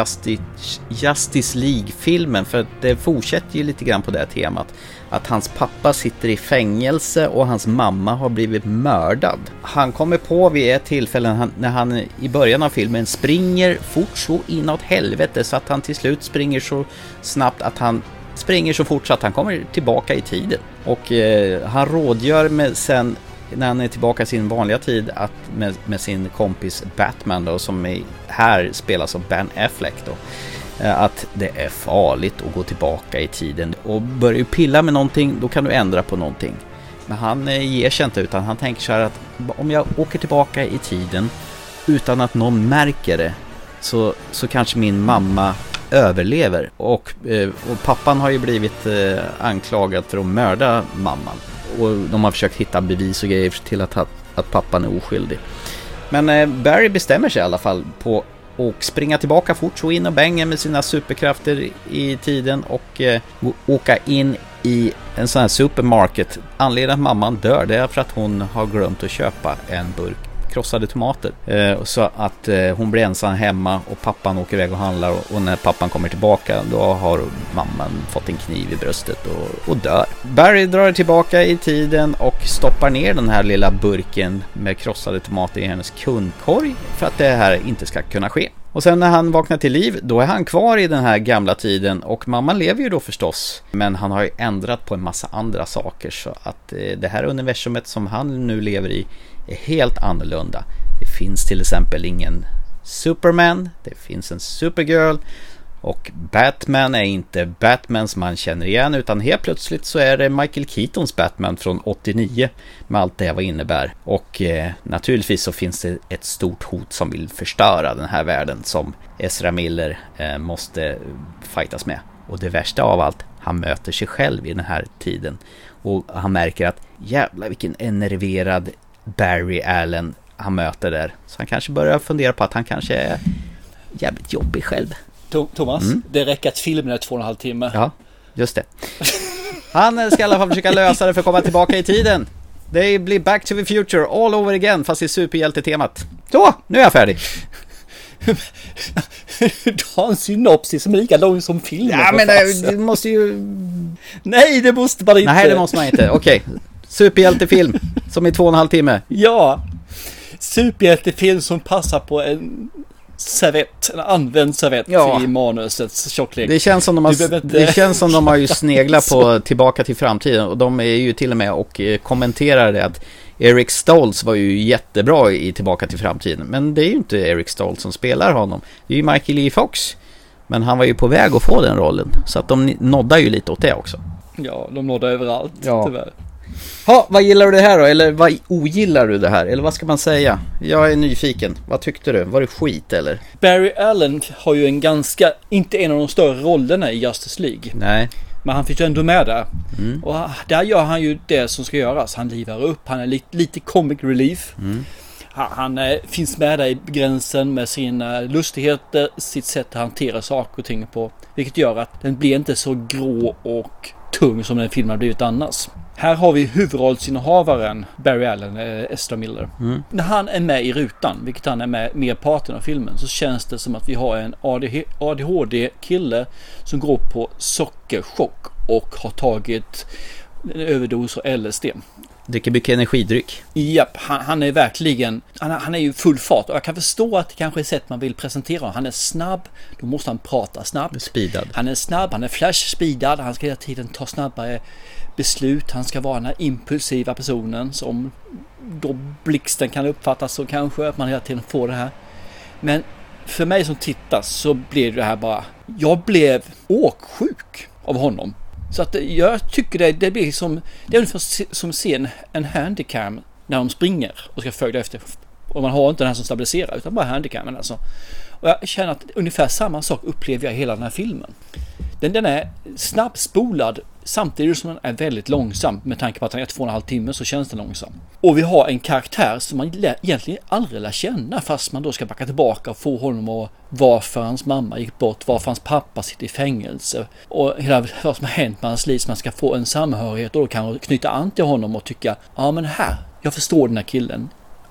Justice League-filmen, för det fortsätter ju lite grann på det temat. Att hans pappa sitter i fängelse och hans mamma har blivit mördad. Han kommer på vid ett tillfälle när han i början av filmen springer fort så inåt helvete så att han till slut springer så snabbt att han springer så fort så att han kommer tillbaka i tiden. Och han rådgör med sen när han är tillbaka i sin vanliga tid att med sin kompis Batman då, som här spelas av Ben Affleck då, att det är farligt att gå tillbaka i tiden och börjar pilla med någonting, då kan du ändra på någonting. Men han ger sig inte, utan han tänker så här att om jag åker tillbaka i tiden utan att någon märker det så kanske min mamma överlever. Och pappan har ju blivit anklagad för att mörda mamman. Och de har försökt hitta bevis och grejer till att pappan är oskyldig. Men Barry bestämmer sig i alla fall på att springa tillbaka fort så in och bänga med sina superkrafter i tiden och åka in i en sån här supermarket. Anledningen att mamman dör, det är för att hon har glömt att köpa en burk krossade tomater. Så att hon blir ensam hemma och pappan åker iväg och handlar, och när pappan kommer tillbaka då har mamman fått en kniv i bröstet och dör. Barry drar tillbaka i tiden och stoppar ner den här lilla burken med krossade tomater i hennes kundkorg för att det här inte ska kunna ske. Och sen när han vaknar till liv, då är han kvar i den här gamla tiden, och mamman lever ju då förstås. Men han har ju ändrat på en massa andra saker, så att det här universumet som han nu lever i är helt annorlunda. Det finns till exempel ingen Superman, det finns en Supergirl, och Batman är inte Batman som man känner igen, utan helt plötsligt så är det Michael Keatons Batman från 89 med allt det vad innebär. Och naturligtvis så finns det ett stort hot som vill förstöra den här världen som Ezra Miller måste fightas med. Och det värsta av allt, han möter sig själv i den här tiden och han märker att jävlar vilken enerverad Barry Allen han möter där. Så han kanske börjar fundera på att han kanske är jävligt jobbig själv. Thomas, det räcker att filmen är 2,5 timmar. Ja, just det. Han ska i alla fall försöka lösa det för att komma tillbaka i tiden. Det blir Back to the Future all over again, fast i superhjältetemat. Så, nu är jag färdig. Du har en synopsis som är lika lång som filmen. Ja, men det måste ju... Nej, det måste man inte. Nej, det måste man inte. Okej. Superhjältefilm som är 2,5 timmar. Ja. Superhjältefilm som passar på en servett, en använd servett i manusets tjocklek. Det känns som de har ju sneglat på Tillbaka till framtiden, och de är ju till och med och kommenterar det att Eric Stoltz var ju jättebra i Tillbaka till framtiden, men det är ju inte Eric Stoltz som spelar honom. Det är ju Michael E. Fox, men han var ju på väg att få den rollen, så att de noddar ju lite åt det också. Ja, de noddar överallt, tyvärr. Vad gillar du det här då? Eller vad ogillar du det här? Eller vad ska man säga? Jag är nyfiken. Vad tyckte du? Var det skit eller? Barry Allen har ju inte en av de större rollerna i Justice League. Nej. Men han finns ju ändå med där. Och där gör han ju det som ska göras. Han livar upp, han är lite comic relief. Han finns med där i gränsen med sina lustigheter, sitt sätt att hantera saker och ting på. Vilket gör att den blir inte så grå och tung som den filmen har blivit annars. Här har vi huvudrollsinnehavaren Barry Allen, Ezra Miller. När han är med i rutan, vilket han är med merparten av filmen, så känns det som att vi har en ADHD-kille som går på sockerchock och har tagit en överdos av LSD. Dricker mycket energidryck. Japp, han är verkligen, han är ju full fart, och jag kan förstå att det kanske är sätt man vill presentera honom. Han är snabb, då måste han prata snabbt. Speedad. Han är snabb, han är flash-speedad, han ska hela tiden ta snabbare beslut. Han ska vara den här impulsiva personen som då blixten kan uppfattas så kanske, att man hela tiden får det här. Men för mig som tittar så blev det här bara, jag blev åksjuk av honom. Så att jag tycker det blir som, det är ungefär som att se en handicam när de springer och ska följa efter. Och man har inte den här som stabiliserar, utan bara handicamen alltså. Och jag känner att ungefär samma sak upplever jag i hela den här filmen. Den är snabbspolad samtidigt som den är väldigt långsam. Med tanke på att den är 2,5 timmar så känns den långsam. Och vi har en karaktär som man egentligen aldrig lär känna, fast man då ska backa tillbaka och få honom att varför hans mamma gick bort, varför hans pappa sitter i fängelse och hela vad som har hänt med hans liv, så man ska få en samhörighet och då kan man knyta an till honom och tycka, ja men här, jag förstår den här killen.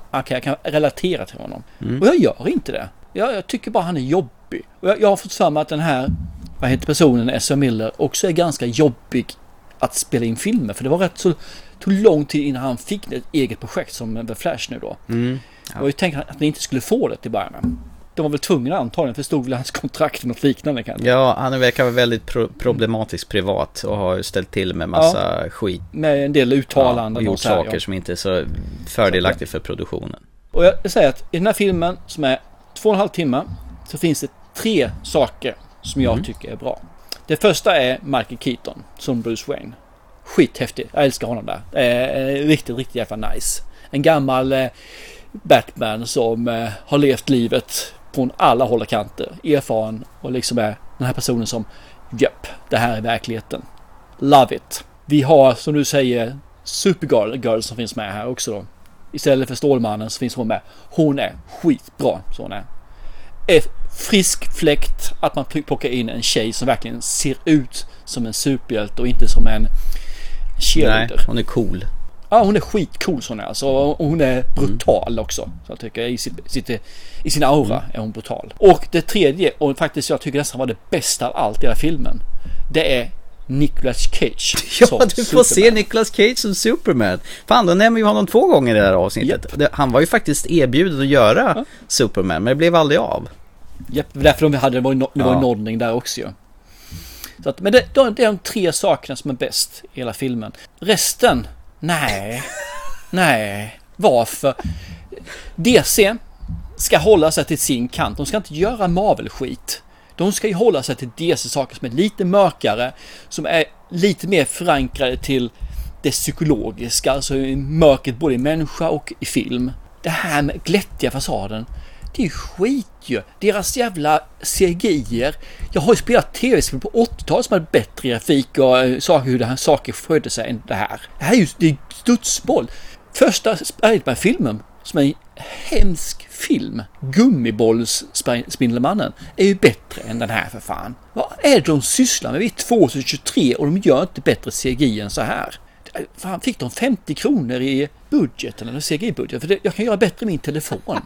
okej, jag kan relatera till honom. Och jag gör inte det. Jag tycker bara han är jobbig. Och jag har fått för mig att den här, vad heter personen, Ezra Miller, också är ganska jobbig att spela in filmer. För det var rätt så tog lång tid innan han fick ett eget projekt som The Flash nu då. Och jag tänkte att ni inte skulle få det till början. De var väl tvungna antagligen, förstod väl hans kontrakt och något liknande kanske. Ja, han verkar vara väldigt problematisk privat och har ställt till med massa skit. Med en del uttalanden och gjort saker som inte är så fördelaktigt för produktionen. Och jag säger att i den här filmen som är 2,5 timmar så finns det 3 saker som jag tycker är bra. Det första är Michael Keaton som Bruce Wayne. Skithäftig, jag älskar honom där. Riktigt jävla nice. En gammal Batman som har levt livet från alla håll och kanter. Erfaren och liksom är den här personen som det här är verkligheten. Love it. Vi har, som du säger, Supergirl som finns med här också då. Istället för Stålmannen så finns hon med. Hon är skitbra, så hon är. Frisk fläkt att man plockar in en tjej som verkligen ser ut som en superhjälte och inte som en cheerleader. Nej, hon är cool. Ja, hon är skitcool sån är alltså. Och hon är brutal också. Så jag tycker i sin aura är hon brutal. Och det tredje, och faktiskt jag tycker nästan var det bästa av allt i hela filmen, det är Nicolas Cage. Ja, du får se Nicolas Cage som Superman. Fan, då nämner vi honom 2 gånger i det här avsnittet. Han var ju faktiskt erbjuden att göra Superman, men det blev aldrig av. Därför det var en noddning där också ju. Så att, men det är de 3 sakerna som är bäst i hela filmen. Resten, nej. Varför? DC ska hålla sig till sin kant. De ska inte göra Marvel-skit. De ska ju hålla sig till DC-saker som är lite mörkare, som är lite mer förankrade till det psykologiska, alltså mörkret både i människa och i film. Det här med glättiga fasaden, det är ju skit ju. Deras jävla CGI-er. Jag har ju spelat tv-spel på 80-talet som hade bättre grafik och hur det här saker skötte sig än det här. Det här är ju studsboll. Första Spider-Man-filmen som är en hemsk film, Gummibolls-Spindelmannen, är ju bättre än den här för fan. Vad är det de sysslar med? Vi är 2023 och de gör inte bättre CGI än så här. Fan, fick de 50 kronor i budgeten eller CGI-budget? För jag kan göra bättre min telefon.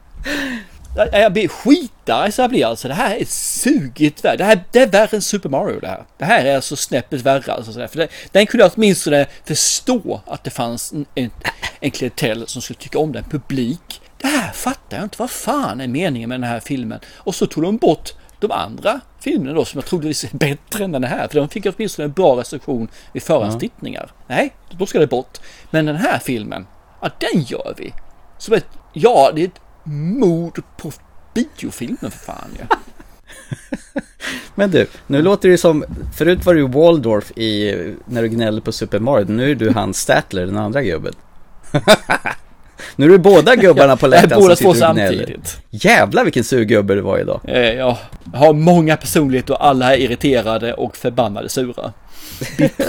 Jag blir skitare så jag blir alltså. Det här är sugigt värre. Det är värre än Super Mario det här. Det här är alltså snäppet värre. Alltså, för den kunde jag åtminstone förstå att det fanns en klientell som skulle tycka om den, publik. Det här fattar jag inte. Vad fan är meningen med den här filmen? Och så tog de bort de andra filmerna då som jag trodde var bättre än den här. För de fick åtminstone en bra recension vid förhandstittningar. Nej, då ska det bort. Men den här filmen, den gör vi. Som det är ett mord på biofilmen för fan ja. Men du, nu låter det som, förut var du Waldorf när du gnällde på Super Mario, nu är du Hans Statler, den andra gubben. Nu är du båda gubbarna på läktaren som sitter och gnäller. Jävlar vilken surgubbe det var idag. Jag har många personligheter och alla är irriterade och förbannade sura. Bittra.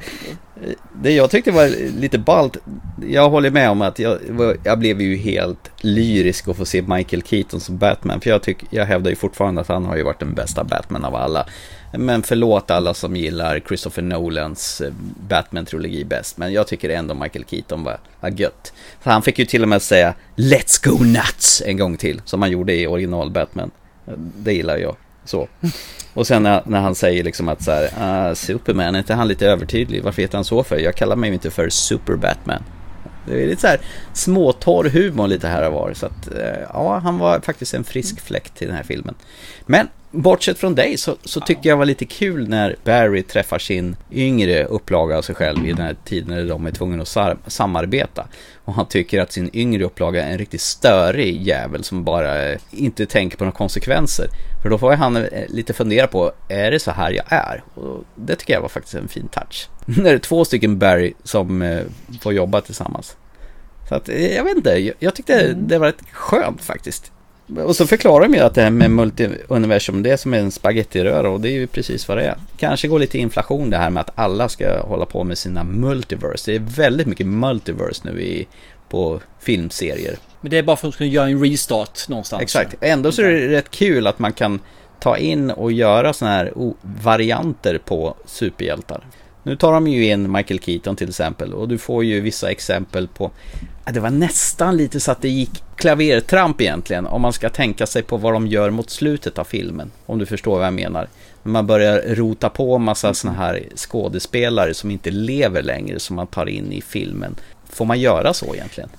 Det jag tyckte var lite ballt. Jag håller med om att jag blev ju helt lyrisk att få se Michael Keaton som Batman. För jag hävdar ju fortfarande att han har ju varit den bästa Batman av alla. Men förlåt alla som gillar Christopher Nolans Batman-trilogi bäst. Men jag tycker ändå Michael Keaton var gött. För han fick ju till och med säga Let's go nuts en gång till, som han gjorde i original Batman. Det gillar jag. Så. Och sen när han säger liksom att så här, Superman, är inte han lite övertydlig? Varför heter han så för? Jag kallar mig inte för Super Batman. Det är lite så här småtorr humor lite här och var. Så att han var faktiskt en frisk fläkt i den här filmen. Men bortsett från dig så tycker jag var lite kul när Barry träffar sin yngre upplaga av sig själv i den här tiden när de är tvungna att samarbeta. Och han tycker att sin yngre upplaga är en riktigt störig jävel som bara inte tänker på några konsekvenser. För då får han lite fundera på, är det så här jag är? Och det tycker jag var faktiskt en fin touch. När det är 2 stycken Barry som får jobba tillsammans. Så att, jag vet inte, jag tyckte det var rätt skönt faktiskt. Och så förklarar de ju att det här med multiuniversum, det är som en spagettiröra, och det är ju precis vad det är. Kanske går lite inflation det här med att alla ska hålla på med sina multiverse. Det är väldigt mycket multiverse nu på filmserier. Men det är bara för att de ska göra en restart någonstans. Exakt. Ändå så är det rätt kul att man kan ta in och göra såna här varianter på superhjältar. Nu tar de ju in Michael Keaton till exempel, och du får ju vissa exempel på Det var nästan lite så att det gick klavertramp egentligen, om man ska tänka sig på vad de gör mot slutet av filmen, om du förstår vad jag menar. Man börjar rota på en massa såna här skådespelare som inte lever längre, som man tar in i filmen. Får man göra så egentligen?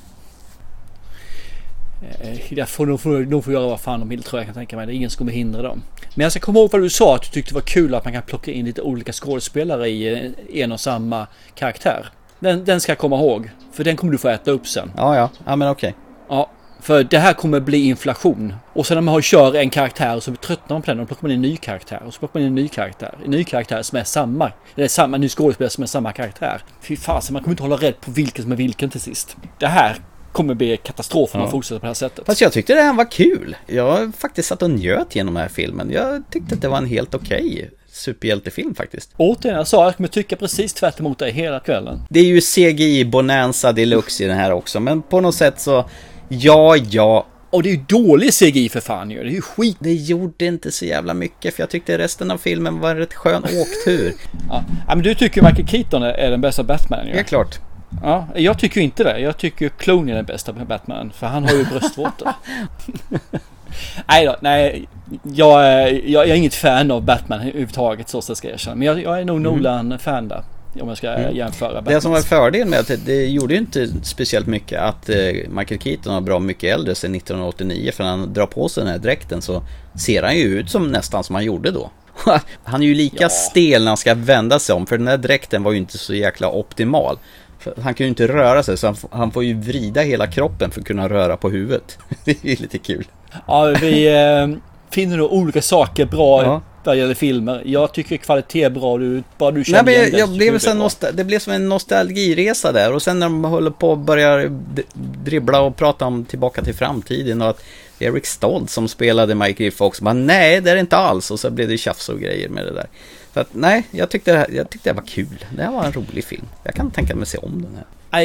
Jag får göra vad fan de vill, tror jag kan tänka mig. Det är ingen som kommer hindra dem. Men jag ska komma ihåg vad du sa, att du tyckte det var kul att man kan plocka in lite olika skådespelare i en och samma karaktär. Den ska jag komma ihåg, för den kommer du få äta upp sen. Ja men okej. Ja, för det här kommer bli inflation. Och sen när man kör en karaktär så tröttnar man på den, och plockar man in en ny karaktär. Och så plockar man in en ny karaktär. En ny karaktär som är samma. Det är samma ny skådespelare som är samma karaktär. Fy fan, så man kommer inte hålla rädd på vilken som är vilken till sist. Det här kommer bli katastrof om man fortsätter på det här sättet. Fast jag tyckte det här var kul. Jag faktiskt satt och njöt genom den här filmen. Jag tyckte att det var en helt okej superhjältefilm faktiskt. Återigen, jag sa att jag kommer tycka precis tvärt emot dig hela kvällen. Det är ju CGI-bonanza deluxe i den här också, men på något sätt så, ja. Och det är ju dålig CGI för fan ju, det är ju skit. Det gjorde inte så jävla mycket, för jag tyckte resten av filmen var en rätt skön åktur. Ja, men du tycker Michael Keaton är den bästa Batman ju. Ja, klart. Ja, jag tycker inte det. Jag tycker Clooney är den bästa Batman, för han har ju bröstvårtor. Nej, jag är inget fan av Batman överhuvudtaget, så ska jag erkänna. Men jag är nog Nolan-fan där, om jag ska jämföra Batman. Det som var fördel med att det gjorde ju inte speciellt mycket att Michael Keaton var bra mycket äldre sedan 1989, för när han drar på sig den här dräkten så ser han ju ut som nästan som han gjorde då. Han är ju lika stel när han ska vända sig om, för den här dräkten var ju inte så jäkla optimal. Han kan ju inte röra sig, så han får ju vrida hela kroppen för att kunna röra på huvudet. Det är ju lite kul. Ja, vi finner nog olika saker bra vad gäller filmer. Jag tycker kvalitet är bra, bara du känner igen det blev som en nostalgiresa där. Och sen när de håller på och börjar dribbla och prata om Tillbaka till framtiden, och att Eric Stoltz som spelade Michael Fox, men nej, det är inte alls. Och så blev det tjafs och grejer med det där. Så att, nej, jag tyckte det var kul. Det här var en rolig film. Jag kan tänka mig se om den här.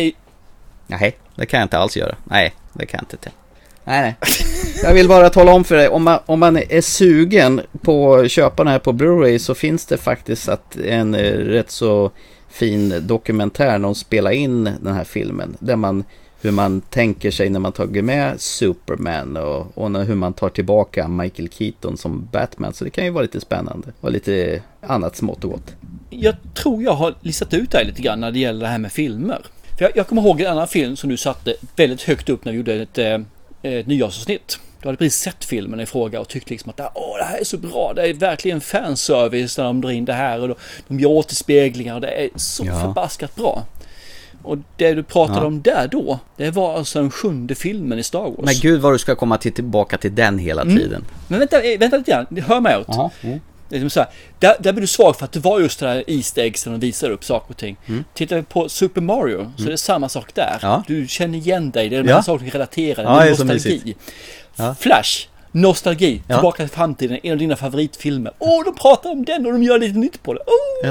Nej, det kan jag inte alls göra. Nej, det kan jag inte. Nej. Jag vill bara tala om för dig, om man är sugen på att köpa den här på Blu-ray, så finns det faktiskt en rätt så fin dokumentär när de spelar in den här filmen, där hur man tänker sig när man tagit med Superman och hur man tar tillbaka Michael Keaton som Batman. Så det kan ju vara lite spännande och lite annat smått och gott. Jag tror jag har listat ut dig lite grann när det gäller det här med filmer. För jag kommer ihåg en annan film som du satte väldigt högt upp när vi gjorde ett nyårsavsnitt. Du hade precis sett filmen i fråga och tyckte liksom att det här är så bra. Det är verkligen fanservice när de drar in det här, och de gör återspeglingar, och det är så förbaskat bra. Och det du pratade om där då, det var alltså den 7:e filmen i Star Wars. Men gud vad du ska komma tillbaka till den hela tiden. Men vänta lite grann, hör mig åt. Det är som så här, där blir du svag för att det var just det här Easter eggs som de visar upp saker och ting. Tittar vi på Super Mario så är det samma sak där. Du känner igen dig, det är de här sakerna relaterade, det är nostalgi. Flash, nostalgi, Tillbaka till framtiden, en av dina favoritfilmer. De pratar om den och de gör lite nytt på det.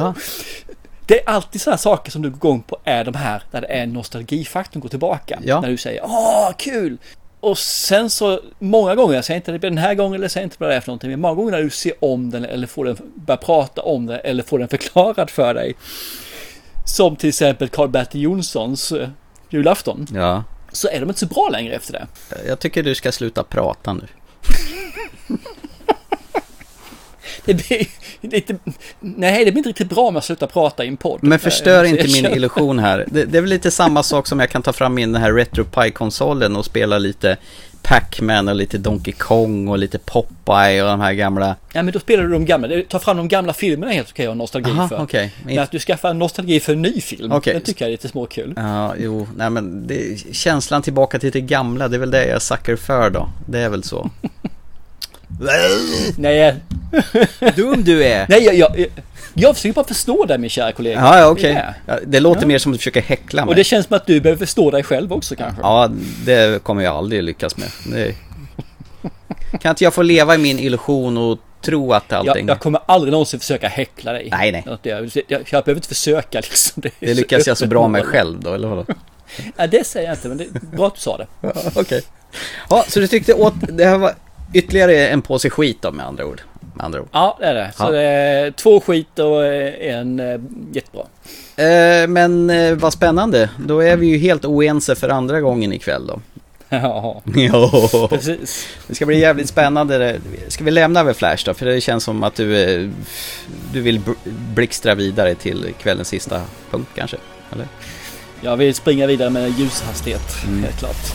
Det är alltid sådana saker som du går igång på, är de här där det är nostalgifaktorn går tillbaka. När du säger, kul! Och sen så, många gånger, jag säger inte det den här gången, eller jag säger inte vad det är för någonting, men många gånger när du ser om den, eller får den börja prata om den, eller får den förklarad för dig, som till exempel Karl-Bertil Jonssons julafton, så är de inte så bra längre efter det. Jag tycker du ska sluta prata nu. Det blir inte riktigt bra med att sluta prata i en podd. Men förstör inte min illusion här. Det är väl lite samma sak som jag kan ta fram in den här RetroPie-konsolen och spela lite Pac-Man och lite Donkey Kong och lite Popeye och de här gamla. Ja, men då spelar du de gamla. Ta fram de gamla filmerna helt okej och nostalgi för. Okay. Men att du skaffar nostalgi för en ny film, det tycker jag är lite småkul. Nej men känslan tillbaka till det gamla, det är väl det jag sucker för då. Det är väl så. Nej. Dum du är. Nej, jag försöker bara förstå dig, min kära kollega. Ja, okej. Det låter mer som att du försöker häckla mig. Och det känns som att du behöver förstå dig själv också kanske. Ja, det kommer jag aldrig lyckas med. Kan inte jag få leva i min illusion och tro att allting... Jag kommer aldrig någonsin försöka häckla dig. Nej. Jag behöver inte försöka liksom. Det lyckas jag så bra med själv då, eller vad? Ja, det säger jag inte, men det är bra att du sa det. Okej. Ja, så du tyckte det här var ytterligare en påse skit då, med andra ord. Ja, det är det. Så det är 2 skit och en jättebra. Men vad spännande. Då är vi ju helt oense för andra gången ikväll då. Ja, precis. Det ska bli jävligt spännande. Ska vi lämna över Flash då? För det känns som att du vill blixtra vidare till kvällens sista punkt kanske, eller? Jag vill springa vidare med ljushastighet, helt klart.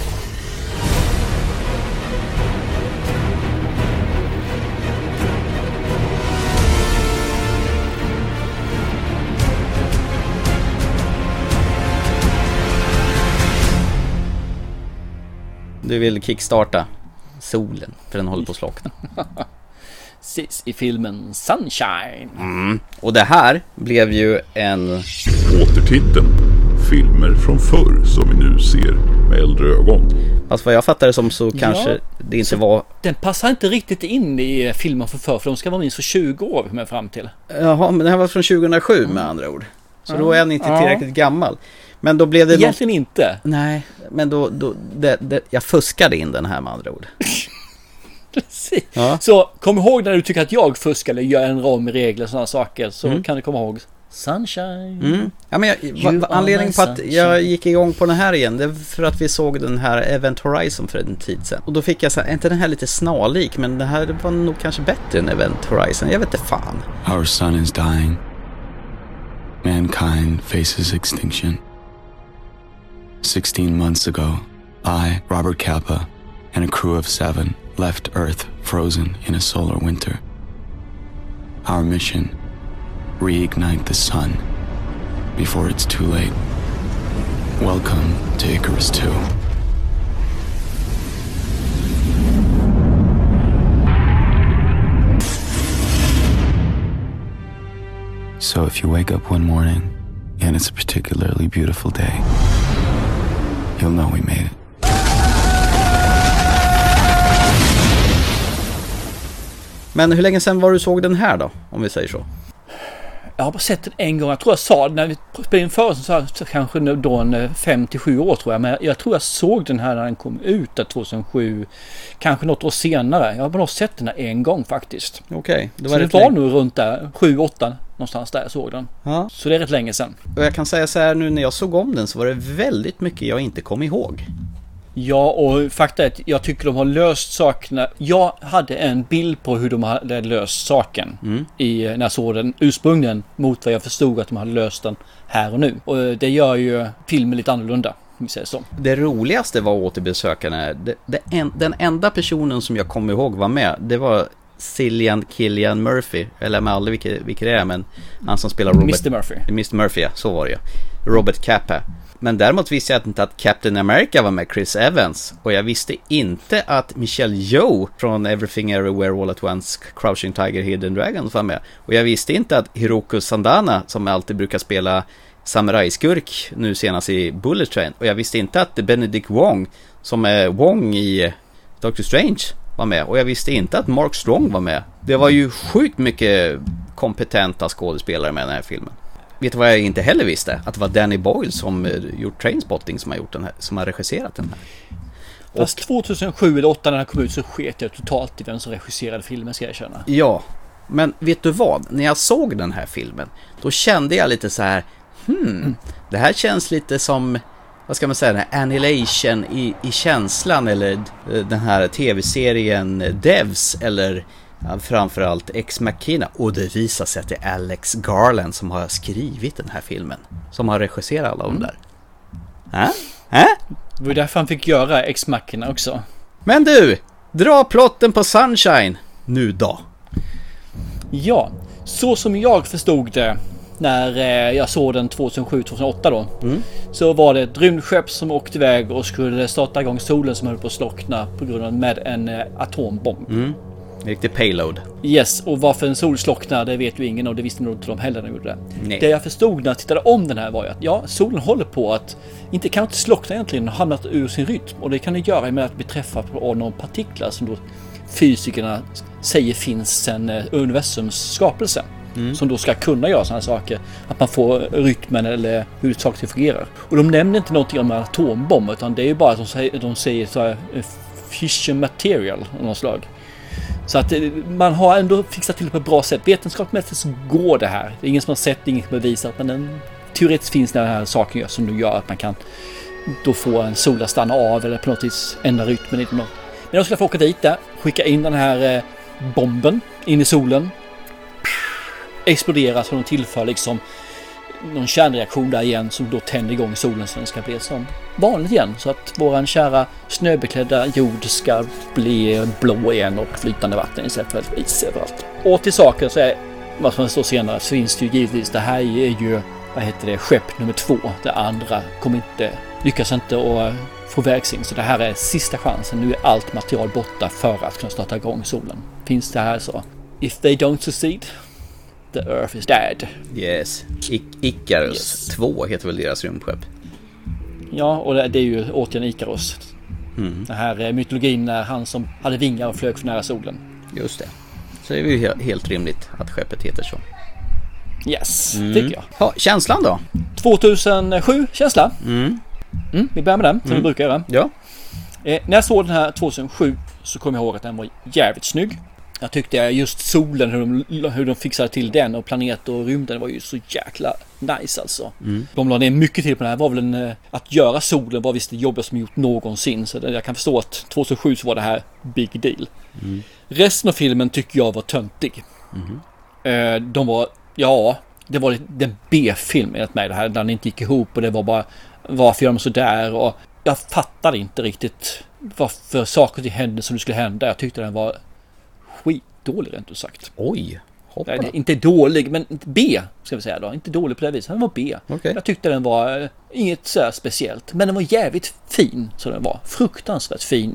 Du vill kickstarta solen, för den håller på att slockna. Precis, i filmen Sunshine. Och det här blev ju en... Återtiteln. Filmer från förr som vi nu ser med äldre ögon. Alltså vad jag fattar det som så kanske det inte var... Den passar inte riktigt in i filmen från förr, för de ska vara minst för 20 år med fram till. Jaha, men det här var från 2007 med andra ord. Så då är den inte tillräckligt gammal. Men då blev det... Egentligen inte. Nej, men då jag fuskade in den här med andra ord. Precis. Ja. Så kom ihåg när du tycker att jag fuskar eller gör en ram med regler och sådana saker, så kan du komma ihåg Sunshine. Ja, men anledningen på att jag gick igång på den här igen, det är för att vi såg den här Event Horizon för en tid sedan. Och då fick jag så här, inte den här lite snarlik, men det här var nog kanske bättre än Event Horizon. Jag vet inte fan. Our sun is dying. Mankind faces extinction. 16 months ago, I, Robert Capa, and a crew of 7 left Earth frozen in a solar winter. Our mission: reignite the sun before it's too late. Welcome to Icarus 2. So if you wake up one morning and it's a particularly beautiful day, you'll know we made it. Men hur länge sedan var du såg den här då, om vi säger så? Jag har bara sett den en gång. Jag tror jag sa det när vi spelade in förut, så kanske då en 5-7 år tror jag. Men jag tror jag såg den här när den kom ut 2007. Kanske något år senare. Jag har bara sett den här en gång faktiskt. Okej. Så det var nog runt där 7-8 någonstans där jag såg den. Ja. Så det är rätt länge sedan. Och jag kan säga så här, nu när jag såg om den så var det väldigt mycket jag inte kom ihåg. Ja, och fakta är att jag tycker de har löst sakerna. Jag hade en bild på hur de hade löst saken när jag såg den ursprungligen mot vad jag förstod att de hade löst den här och nu. Och det gör ju filmen lite annorlunda, om vi säger så. Det roligaste var återbesökarna. Den enda personen som jag kom ihåg var med, det var Cillian Murphy. Eller med aldrig vilket det är, men han som spelar Robert... Mr. Murphy, ja, så var det ju. Robert Capa. Men däremot visste jag inte att Captain America var med, Chris Evans. Och jag visste inte att Michelle Yeoh från Everything Everywhere All at Once, Crouching Tiger, Hidden Dragon var med. Och jag visste inte att Hiroku Sandana, som alltid brukar spela samurajskurk nu senast i Bullet Train. Och jag visste inte att Benedict Wong, som är Wong i Doctor Strange, var med. Och jag visste inte att Mark Strong var med. Det var ju sjukt mycket kompetenta skådespelare med den här filmen. Vet du vad jag inte heller visste? Att det var Danny Boyle som gjort Trainspotting som har gjort den här, som har regisserat den här. Fast 2007 eller 2008 när den kom ut så sket jag totalt i vem som regisserade filmen, ska jag känna. Ja, men vet du vad? När jag såg den här filmen, då kände jag lite så här, det här känns lite som, vad ska man säga, Annihilation i känslan, eller den här tv-serien Devs, eller framförallt Ex Machina. Och det visar sig att det är Alex Garland som har skrivit den här filmen, som har regisserat alla de där. Det var därför han fick göra Ex Machina också. Men du, dra plotten på Sunshine nu då. Ja, så som jag förstod det när jag såg den 2007-2008 då, så var det ett rymdskepp som åkte iväg och skulle starta igång solen som höll på att slockna på grund av med en atombomb. Riktig payload. Yes, och varför en sol slocknar, det vet ju ingen, och det visste nog inte de heller när de gjorde det. Nej. Det jag förstod när jag tittade om den här var ju att solen håller på att kan inte slockna egentligen och hamnat ur sin rytm. Och det kan det göra med att vi träffar på någon partiklar som då fysikerna säger finns sen universums skapelse. Som då ska kunna göra sådana saker, att man får rytmen eller hur saker fungerar. Och de nämner inte någonting om en atombomb, utan det är ju bara att de säger så här, fission material av något slag. Så att man har ändå fixat till det på ett bra sätt. Vetenskapsmässigt så går det här. Det är ingen som har sett, ingen som har bevisat, men den teoretiskt finns den här saken som du gör att man kan då få en sol att stanna av eller på något vis ändra rytmen i den. Men de skulle få åka dit där, skicka in den här bomben in i solen, explodera så de tillför liksom någon kärnreaktion där igen som då tänder igång solen så den ska bli som vanligt igen, så att våran kära snöbeklädda jord ska bli blå igen och flytande vatten istället för is överallt. Och till saken så är, vad som står senare, så finns det ju givetvis, det här är ju, skepp nummer 2. Det andra lyckas inte att få vägsin, så det här är sista chansen. Nu är allt material borta för att kunna starta igång solen. Finns det här så, if they don't succeed, the earth is dead. Yes. Icarus 2 heter väl deras rymdskepp. Ja, och det är ju återigen Icarus. Den här mytologin när han som hade vingar och flög för nära solen. Just det. Så det är ju helt rimligt att skeppet heter så. Yes, tycker jag. Ja, känslan då? 2007 känsla. Vi börjar med den, som vi brukar göra. Ja. När jag såg den här 2007 så kom jag ihåg att den var jävligt snygg. Jag tyckte just solen, hur de fixade till den och planeter och rymden var ju så jäkla nice alltså. De la ner mycket till på den här. Var väl att göra solen var visst det jobbiga som gjort någonsin. Så jag kan förstå att 2007 så var det här big deal. Resten av filmen tycker jag var töntig. De var, det var den B-film enligt mig det här. Den inte gick ihop och det var bara, varför gör de så där? Och jag fattade inte riktigt varför saker till hände som det skulle hända. Jag tyckte den var skitdålig rent ut sagt. Oj, nej, inte dålig, men B ska vi säga då. Inte dålig på det viset, den var B. Okay. Jag tyckte den var inget så här speciellt, men den var jävligt fin så den var. Fruktansvärt fin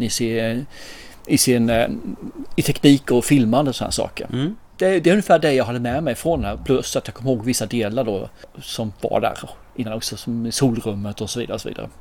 i teknik och filmande och sådana saker. Det är ungefär det jag hade med mig från den här, plus att jag kommer ihåg vissa delar då som var där innan också, som i solrummet och så vidare och så vidare.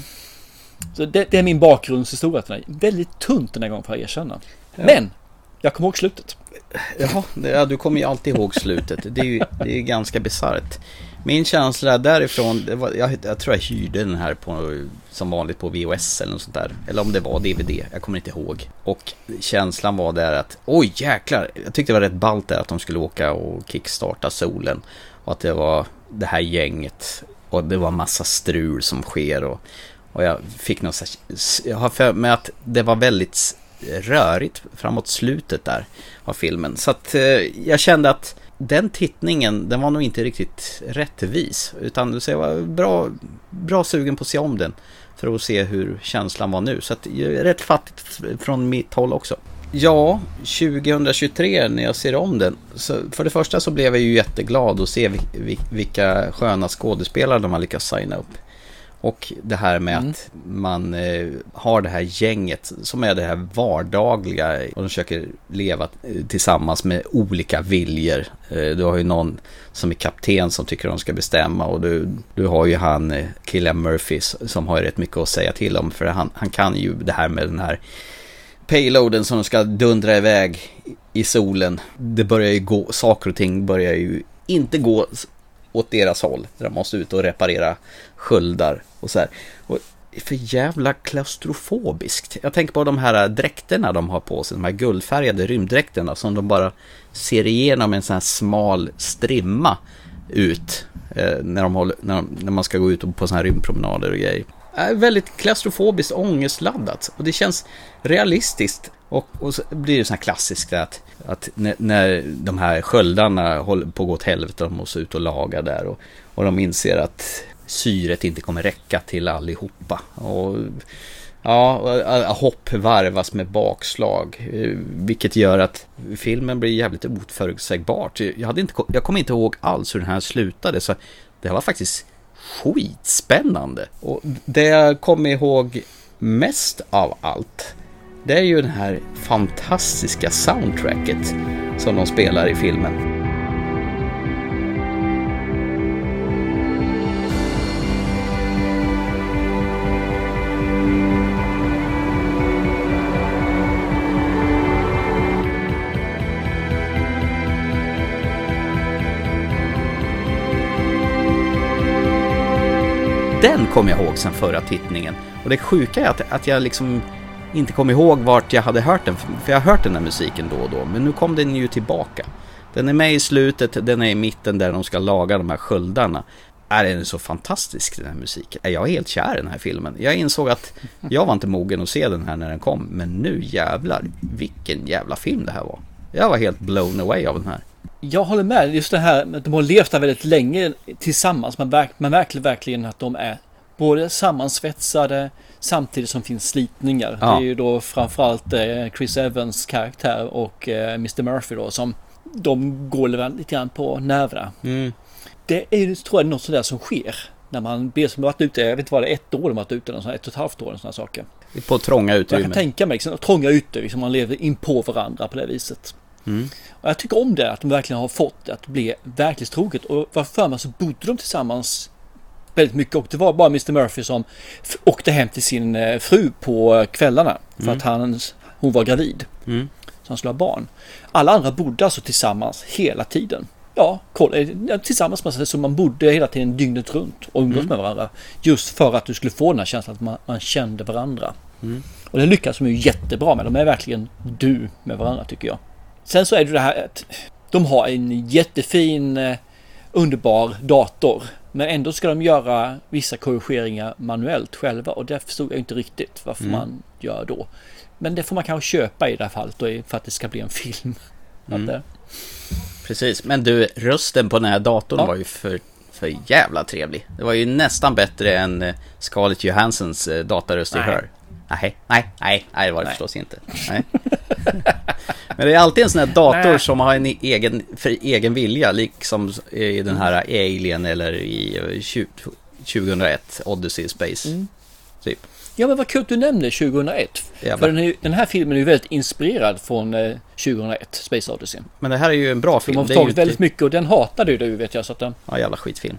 Så det är min bakgrundshistoria till den. Väldigt tunt den här gången för att erkänna. Men jag kommer ihåg slutet. Ja, du kommer ju alltid ihåg slutet. Det är ganska bisarrt. Min känsla därifrån, det var, jag tror jag hyrde den här som vanligt på VHS eller något sånt där. Eller om det var DVD, jag kommer inte ihåg. Och känslan var där att, oj jäklar, jag tyckte det var rätt ballt där att de skulle åka och kickstarta solen. Och att det var det här gänget. Och det var massa strul som sker. Och jag fick något, jag har för mig att det var väldigt rörigt framåt slutet där av filmen. Så att jag kände att den tittningen, den var nog inte riktigt rättvis, utan så jag var bra sugen på att se om den för att se hur känslan var nu. Så att rätt fattigt från mitt håll också. Ja, 2023 när jag ser om den, så för det första så blev jag ju jätteglad att se vilka sköna skådespelare de har lyckats signa upp. Och det här med att man har det här gänget som är det här vardagliga och de försöker leva tillsammans med olika viljor. Du har ju någon som är kapten som tycker de ska bestämma, och du har ju han Cillian Murphy som har rätt mycket att säga till om, för han kan ju det här med den här payloaden som ska dundra iväg i solen. Det börjar ju gå, saker och ting börjar ju inte gå åt deras håll. De måste ut och reparera sköldar och så här. Och för jävla klaustrofobiskt. Jag tänker på de här dräkterna de har på sig, de här guldfärgade rymddräkterna som de bara ser igenom en sån här smal strimma ut när man ska gå ut på såna här rymdpromenader och grejer. Väldigt klaustrofobiskt, ångestladdat, och det känns realistiskt. Och så blir det så här klassiskt att när de här sköldarna håller på att gå åt helvete, de måste ut och laga där, och de inser att syret inte kommer räcka till allihopa, och hopp varvas med bakslag, vilket gör att filmen blir jävligt oförutsägbart. Jag kommer inte ihåg alls hur den här slutade, så det var faktiskt skitspännande. Och det jag kommer ihåg mest av allt, det är ju den här fantastiska soundtracket som de spelar i filmen. Den kom jag ihåg sen förra tittningen. Och det sjuka är att jag liksom inte kom ihåg vart jag hade hört den. För jag har hört den där musiken då och då. Men nu kom den ju tillbaka. Den är med i slutet, den är i mitten där de ska laga de här sköldarna. Den är så fantastisk, den här musiken. Jag är helt kär i den här filmen. Jag insåg att jag var inte mogen att se den här när den kom, men nu jävlar, vilken jävla film det här var. Jag var helt blown away av den här. Jag håller med, just det här med att de har levt där väldigt länge tillsammans. Man märker verkligen att de är både sammansvetsade samtidigt som finns slitningar. Ja. Det är ju då framförallt Chris Evans karaktär och Mr. Murphy då, som de går lite grann på nerverna. Det är ju, tror jag, något sådär som sker när man blir som varit ute, jag vet inte vad det är, 1 år de varit ute, eller 1,5 år, sådana saker. På trånga utrymmen. Jag kan tänka mig liksom, trånga ute, liksom, man lever in på varandra på det viset. Och jag tycker om det, att de verkligen har fått det att bli verkligt troget. Och varför man så bodde de tillsammans väldigt mycket, och det var bara Mr. Murphy som åkte hem till sin fru på kvällarna för att hon var gravid. Så han skulle ha barn. Alla andra bodde alltså tillsammans hela tiden. Ja, tillsammans med sig, så man bodde hela tiden dygnet runt och umgås med varandra. Just för att du skulle få den här känslan att man kände varandra. Och det lyckas de ju jättebra med. De är verkligen du med varandra, tycker jag. Sen så är det här att de har en jättefin, underbar dator. Men ändå ska de göra vissa korrigeringar manuellt själva. Och det förstod jag inte riktigt varför man gör då. Men det får man kanske köpa i det här fallet då, för att det ska bli en film. Precis, men du, rösten på den här datorn var ju för jävla trevlig. Det var ju nästan bättre än Scarlett Johanssons dataröst i Her. Nej, det var det förstås inte. Nej. Men det är alltid en sån här dator som har en egen vilja, liksom i den här Alien eller i 2001 Odyssey Space. Typ. Ja, men vad kul du nämnde 2001. För den här filmen är ju väldigt inspirerad från 2001 Space Odyssey. Men det här är ju en bra film. De har tagit väldigt mycket, och den hatade du, vet jag. Så att ja, jävla skitfilm.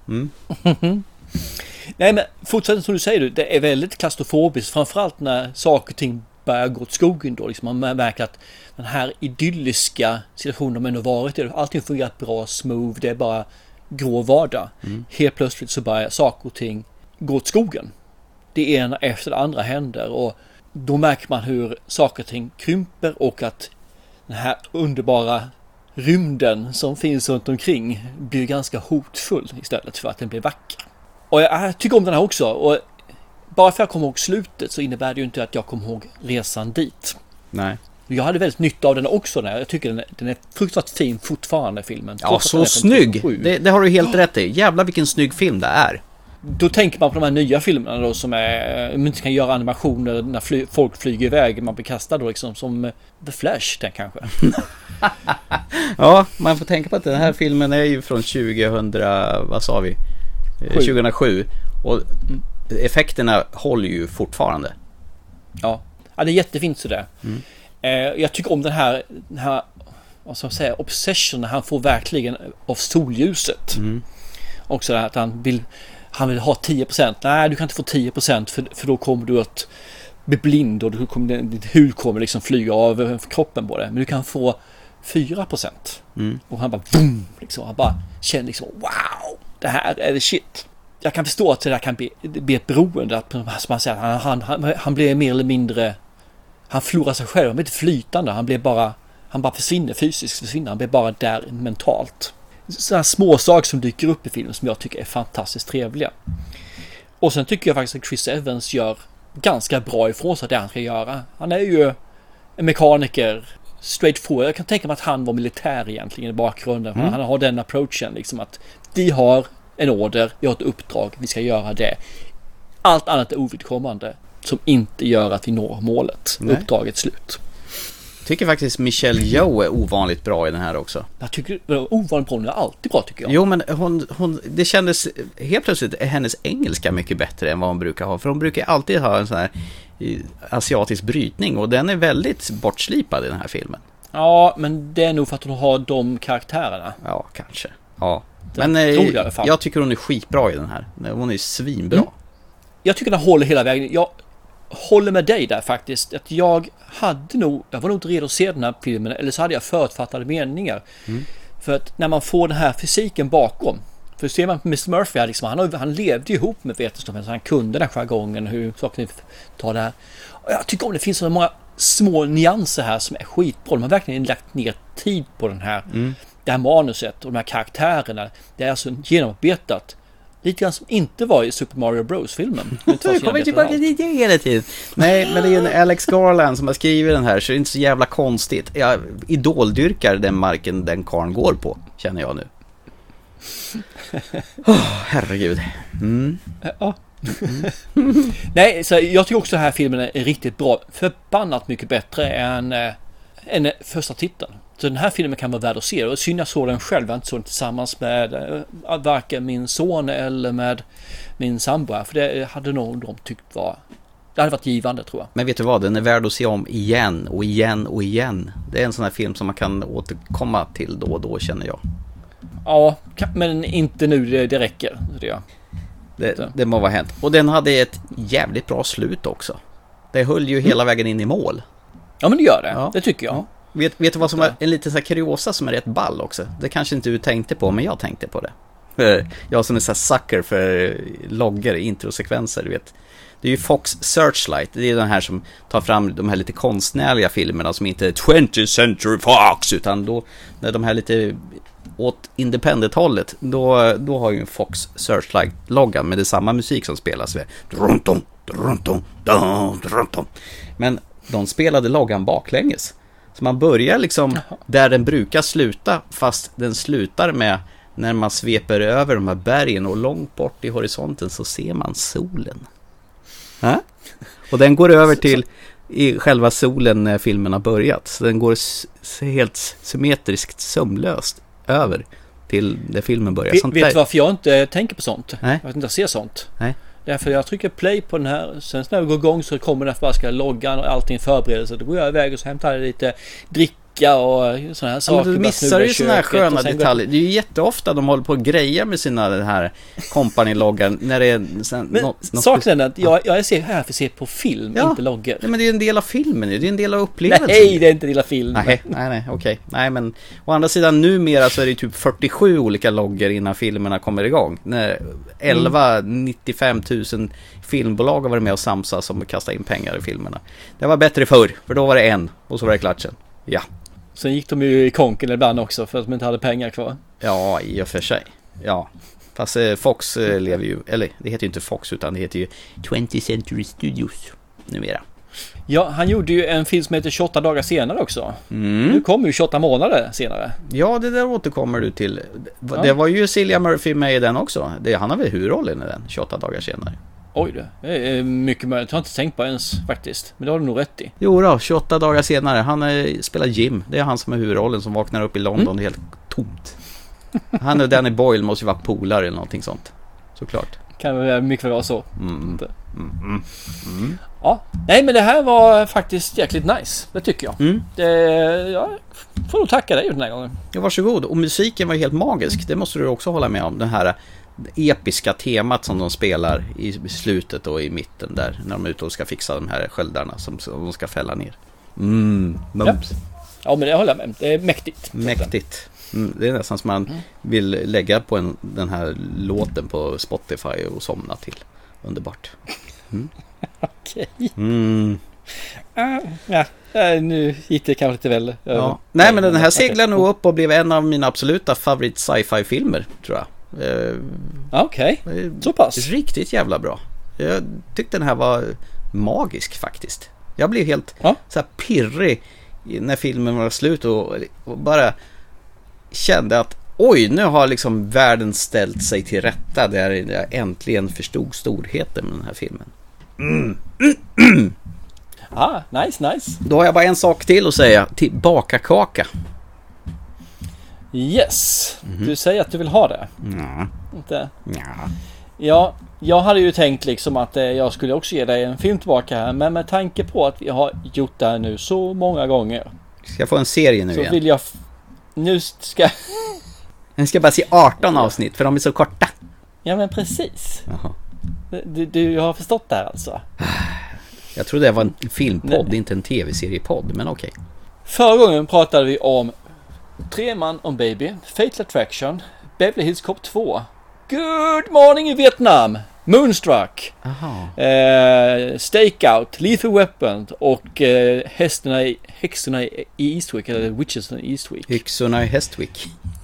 Nej, men fortsättningsvis som du säger, det är väldigt klaustrofobiskt. Framförallt när saker och ting börjar gå åt skogen då. Liksom man märker att den här idylliska situationen de ändå varit i, allting fungerat bra, smooth, det är bara grå vardag. Helt plötsligt så börjar saker och ting gå åt skogen. Det ena efter det andra händer, och då märker man hur saker och ting krymper, och att den här underbara rymden som finns runt omkring blir ganska hotfull istället för att den blir vacker. Och jag tycker om den här också, och bara för att jag kommer ihåg slutet så innebär det ju inte att jag kommer ihåg resan dit. Nej. Jag hade väldigt nytta av den också. Jag tycker den är fruktansvärt fin fortfarande, filmen. Ja, så snygg! Det har du helt rätt i. Jävlar vilken snygg film det är. Då tänker man på de här nya filmerna då, som är, man inte kan göra animationer när folk flyger iväg, man blir kastad då, liksom som The Flash, den kanske. Ja, man får tänka på att den här filmen är ju från 2007, och effekterna håller ju fortfarande. Ja, det är jättefint sådär. Jag tycker om den här vad ska man säga, obsession, han får verkligen av solljuset. Också att han vill ha 10%. Nej, du kan inte få 10% för då kommer du att bli blind, och ditt hud kommer liksom flyga av kroppen på det. Men du kan få 4%. Och han bara boom, liksom, han bara känner liksom wow, det här är det shit. Jag kan förstå att det där kan bli ett beroende, att som man säger, han blir mer eller mindre, han förlorar sig själv, han blir inte flytande, han bara försvinner fysiskt, han blir bara där mentalt. Sådana små saker som dyker upp i filmen som jag tycker är fantastiskt trevliga. Och sen tycker jag faktiskt att Chris Evans gör ganska bra ifrån sig det han ska göra. Han är ju en mekaniker, straight forward. Jag kan tänka mig att han var militär egentligen i bakgrunden. Han har den approachen, liksom att vi har en order, vi har ett uppdrag, vi ska göra det. Allt annat är ovidkommande som inte gör att vi når målet. Uppdraget slut. Jag tycker faktiskt Michelle Yeoh är ovanligt bra i den här också. Jag tycker ovanligt bra, hon är alltid bra, tycker jag. Jo, men hon det kändes helt plötsligt är hennes engelska mycket bättre än vad hon brukar ha. För hon brukar alltid ha en sån här asiatisk brytning, och den är väldigt bortslipad i den här filmen. Ja, men det är nog för att hon har de karaktärerna. Ja, kanske. Ja. Men jag tycker hon är skitbra i den här. Hon är svinbra. Jag tycker den håller hela vägen. Jag håller med dig där faktiskt. Att jag var nog inte redo att se den här filmen, eller så hade jag förutfattade meningar. För att när man får den här fysiken bakom, för ser man på Mr. Murphy, liksom, han levde ihop med vetenskapen, så han kunde den här jargongen, hur saker tar det här. Och jag tycker om det finns så många små nyanser här som är skitbra. De har verkligen lagt ner tid på det här manuset och de här karaktärerna. Det är alltså genomarbetat Lite grann som inte var i Super Mario Bros-filmen. Du kommer tillbaka till det hela tiden. Nej, men det är en Alex Garland som har skrivit den här, så det är inte så jävla konstigt. Jag idoldyrkar den marken den karln går på, känner jag nu. Herregud. Ja. Nej, så jag tycker också att den här filmen är riktigt bra. Förbannat mycket bättre än första titeln. Så den här filmen kan vara värd att se. Och synd jag såg den själv. Jag inte såg den tillsammans med varken min son eller med min sambo. För det hade nog de tyckt var... Det hade varit givande, tror jag. Men vet du vad? Den är värd att se om igen och igen och igen. Det är en sån här film som man kan återkomma till då och då, känner jag. Ja, men inte nu. Det räcker. Det må vara hänt. Och den hade ett jävligt bra slut också. Det höll ju hela vägen in i mål. Ja, men det gör det. Ja. Det tycker jag. Vet du vad som är en liten så här kuriosa som är rätt ball också? Det kanske inte du tänkte på, men jag tänkte på det. För jag som är så här sucker för logger, introsekvenser, du vet. Det är ju Fox Searchlight. Det är den här som tar fram de här lite konstnärliga filmerna som inte är 20th Century Fox, utan då när de här lite åt independent-hållet, då har ju en Fox Searchlight-loggan med det samma musik som spelas. Men de spelade loggan baklänges. Så man börjar liksom där den brukar sluta, fast den slutar med när man sveper över de här bergen och långt bort i horisonten så ser man solen. Och den går över till i själva solen när filmen har börjat. Så den går helt symmetriskt sömlöst över till där filmen börjar. Vet du varför jag inte tänker på sånt? Nej. Jag vet inte, jag ser sånt. Nej. Därför jag trycker play på den här. Sen när jag går igång så kommer den förbaskade loggan och allting förbereder. Då går jag iväg och så hämtar jag lite dricka och sådana här saker. Men du missar ju sådana här sköna detaljer. Det är ju jätteofta de håller på att greja med sina den här company-loggar när det är men saken är att jag ser här för att se på film, inte loggar. Ja, men det är en del av filmen, det är en del av upplevelsen. Nej, det är inte en del av filmen. Nej, okej. Nej, men å andra sidan numera så är det typ 47 olika loggar innan filmerna kommer igång. När 95 000 filmbolag har varit med och samsas om att kasta in pengar i filmerna. Det var bättre förr, för då var det en och så var det klatschen. Ja. Sen gick de ju i konken ibland också för att de inte hade pengar kvar. Ja, i och för sig. Ja. Fast Fox lever ju, eller det heter ju inte Fox utan det heter ju 20th Century Studios numera. Ja, han gjorde ju en film som heter 28 dagar senare också. Nu kommer ju 28 månader senare. Ja, det där återkommer du till. Det var ju Cillian Murphy med i den också. Han har väl huvudrollen i den 28 dagar senare. Oj, det är mycket möjligt. Jag har inte tänkt på ens faktiskt. Men det har du nog rätt i. Jo då, 28 dagar senare. Han spelar Jim. Det är han som är huvudrollen som vaknar upp i London helt tomt. Han och Danny Boyle måste ju vara polare eller någonting sånt. Såklart. Kan väl mycket vara så. Ja, nej men det här var faktiskt jäkligt nice. Det tycker jag. Jag får nog tacka dig den här gången. Ja, varsågod. Och musiken var helt magisk. Det måste du också hålla med om. Den här episka temat som de spelar i slutet och i mitten där när de är ute och ska fixa de här sköldarna som de ska fälla ner. Ja, men det håller jag med. Det är mäktigt. Mäktigt. Det är nästan som man vill lägga på den här låten på Spotify och somna till. Underbart. Okej. Nu gick det kanske lite väl. Ja. Nej, men den här seglar nog upp och blev en av mina absoluta favorit sci-fi-filmer, tror jag. Okej, så pass. Riktigt jävla bra. Jag tyckte den här var magisk faktiskt. Jag blev helt så här pirrig när filmen var slut och bara kände att oj, nu har liksom världen ställt sig till rätta där jag äntligen förstod storheten med den här filmen. Nice. Då har jag bara en sak till att säga. Baka kaka. Yes. Du säger att du vill ha det. Inte? Ja, jag hade ju tänkt liksom att jag skulle också ge dig en film tillbaka här. Men med tanke på att vi har gjort det här nu så många gånger. Ska jag få en serie nu så igen? Vill jag... Nu ska... Jag ska bara se 18 avsnitt för de är så korta. Ja, men precis. Du har förstått det här alltså. Jag trodde det var en filmpodd, inte en tv-seriepodd, men okej. Förra gången pratade vi om 3 man om Baby, Fatal Attraction, Beverly Hills Cop 2, Good Morning i Vietnam, Moonstruck, Stakeout, Lethal Weapon och häxorna i Eastwick, eller Witches in Eastwick. Häxorna i Hästwick.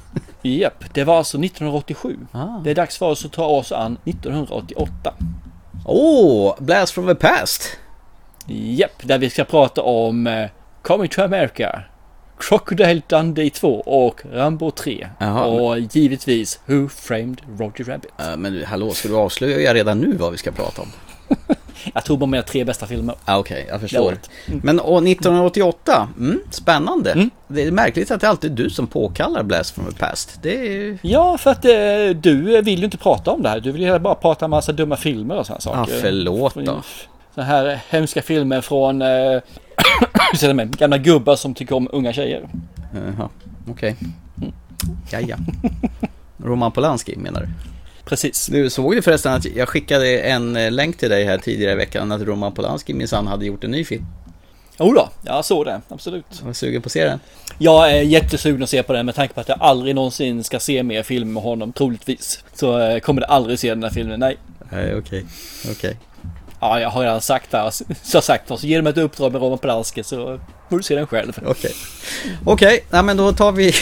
Japp, det var alltså 1987. Det är dags för oss att ta oss an 1988. Blast from the Past. Japp, där vi ska prata om Coming to America, Crocodile Dundee 2 och Rambo 3. Och givetvis Who Framed Roger Rabbit. Men hallå, ska du avslöja redan nu vad vi ska prata om? Jag tror bara med 3 bästa filmer. Okej, jag förstår. Men 1988, spännande. Det är märkligt att det alltid är du som påkallar Blast from the Past. Det är... Ja, för att du vill ju inte prata om det här. Du vill ju bara prata om massa dumma filmer och sådana saker. Ja, förlåt då. Så här hemska filmer från gamla gubbar som tycker om unga tjejer. Jaha, okej. Jaja. Roman Polanski menar du? Precis. Du såg ju förresten att jag skickade en länk till dig här tidigare i veckan att Roman Polanski minsann hade gjort en ny film. Då, jag såg det, absolut. Jag var sugen på att se den. Jag är jättesugen att se på den med tanke på att jag aldrig någonsin ska se mer film med honom, troligtvis. Så kommer det aldrig se den här filmen, nej. Okej. Ja, jag har redan sagt det. Så ger de ett uppdrag med Roman Polanski så får du se den själv. Okej. Nej, men då tar vi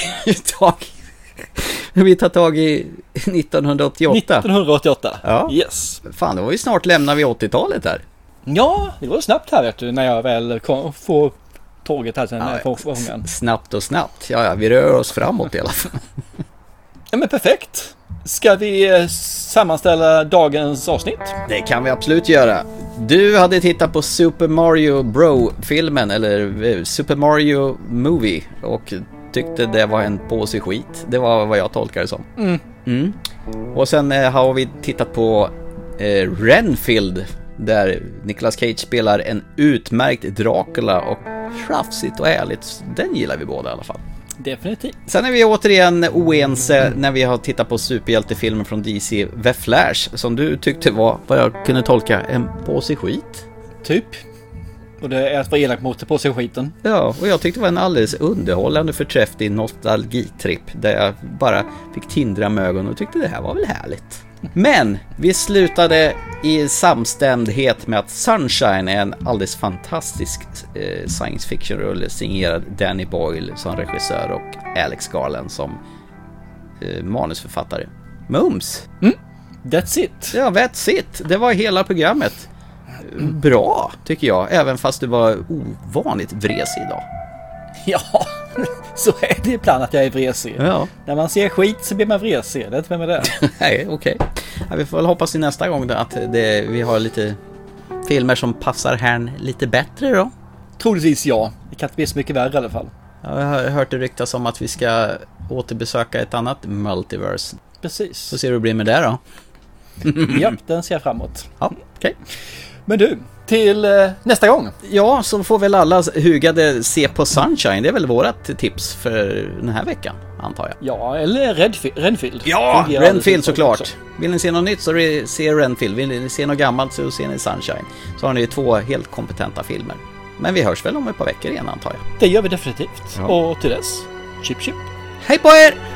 vi tar tag i 1988. 1988, ja. Yes. Fan, då var vi snart lämnar vi 80-talet här. Ja, det går snabbt här vet du, när jag väl får tåget här sen på gången. Snabbt. Ja, vi rör oss framåt i alla fall. Ja, men perfekt. Ska vi sammanställa dagens avsnitt? Det kan vi absolut göra. Du hade tittat på Super Mario Bro-filmen, eller Super Mario Movie, och tyckte det var en påse skit. Det var vad jag tolkar det som. Och sen har vi tittat på Renfield, där Nicolas Cage spelar en utmärkt Dracula, och tjafsigt och ärligt. Den gillar vi båda i alla fall. Definitivt. Sen är vi återigen oense när vi har tittat på superhjältefilmen från DC, The Flash, som du tyckte var, vad jag kunde tolka, en påse skit. Typ. Och det är att vara elak mot på sig skiten. Ja, och jag tyckte det var en alldeles underhållande förträfflig nostalgitripp där jag bara fick tindra med ögonen och tyckte det här var väl härligt. Men vi slutade i samstämdhet med att Sunshine är en alldeles fantastisk science fiction-rulle signerad Danny Boyle som regissör och Alex Garland som manusförfattare. Mums! That's it. Ja, that's it. Det var hela programmet. Bra, tycker jag. Även fast du var ovanligt vresig idag. Ja, så är det ibland att jag är vresig. Ja. När man ser skit så blir man vresig. Det är inte med det. Nej, okej. Ja, vi får väl hoppas i nästa gång då att vi har lite filmer som passar här lite bättre då. Troligtvis ja. Det kan inte bli så mycket värre i alla fall. Ja, jag har hört det ryktas om att vi ska återbesöka ett annat multiverse. Precis. Så ser du blir med det då. Ja, den ser jag framåt. Ja, okej. Men du, till nästa gång. Ja, så får väl alla hugade se på Sunshine. Det är väl vårat tips för den här veckan, antar jag. Ja, eller Renfield. Ja, Renfield såklart. Också. Vill ni se något nytt så se Renfield. Vill ni se något gammalt så ser ni Sunshine. Så har ni 2 helt kompetenta filmer. Men vi hörs väl om ett par veckor igen, antar jag. Det gör vi definitivt. Ja. Och till dess, chip chip. Hej på er!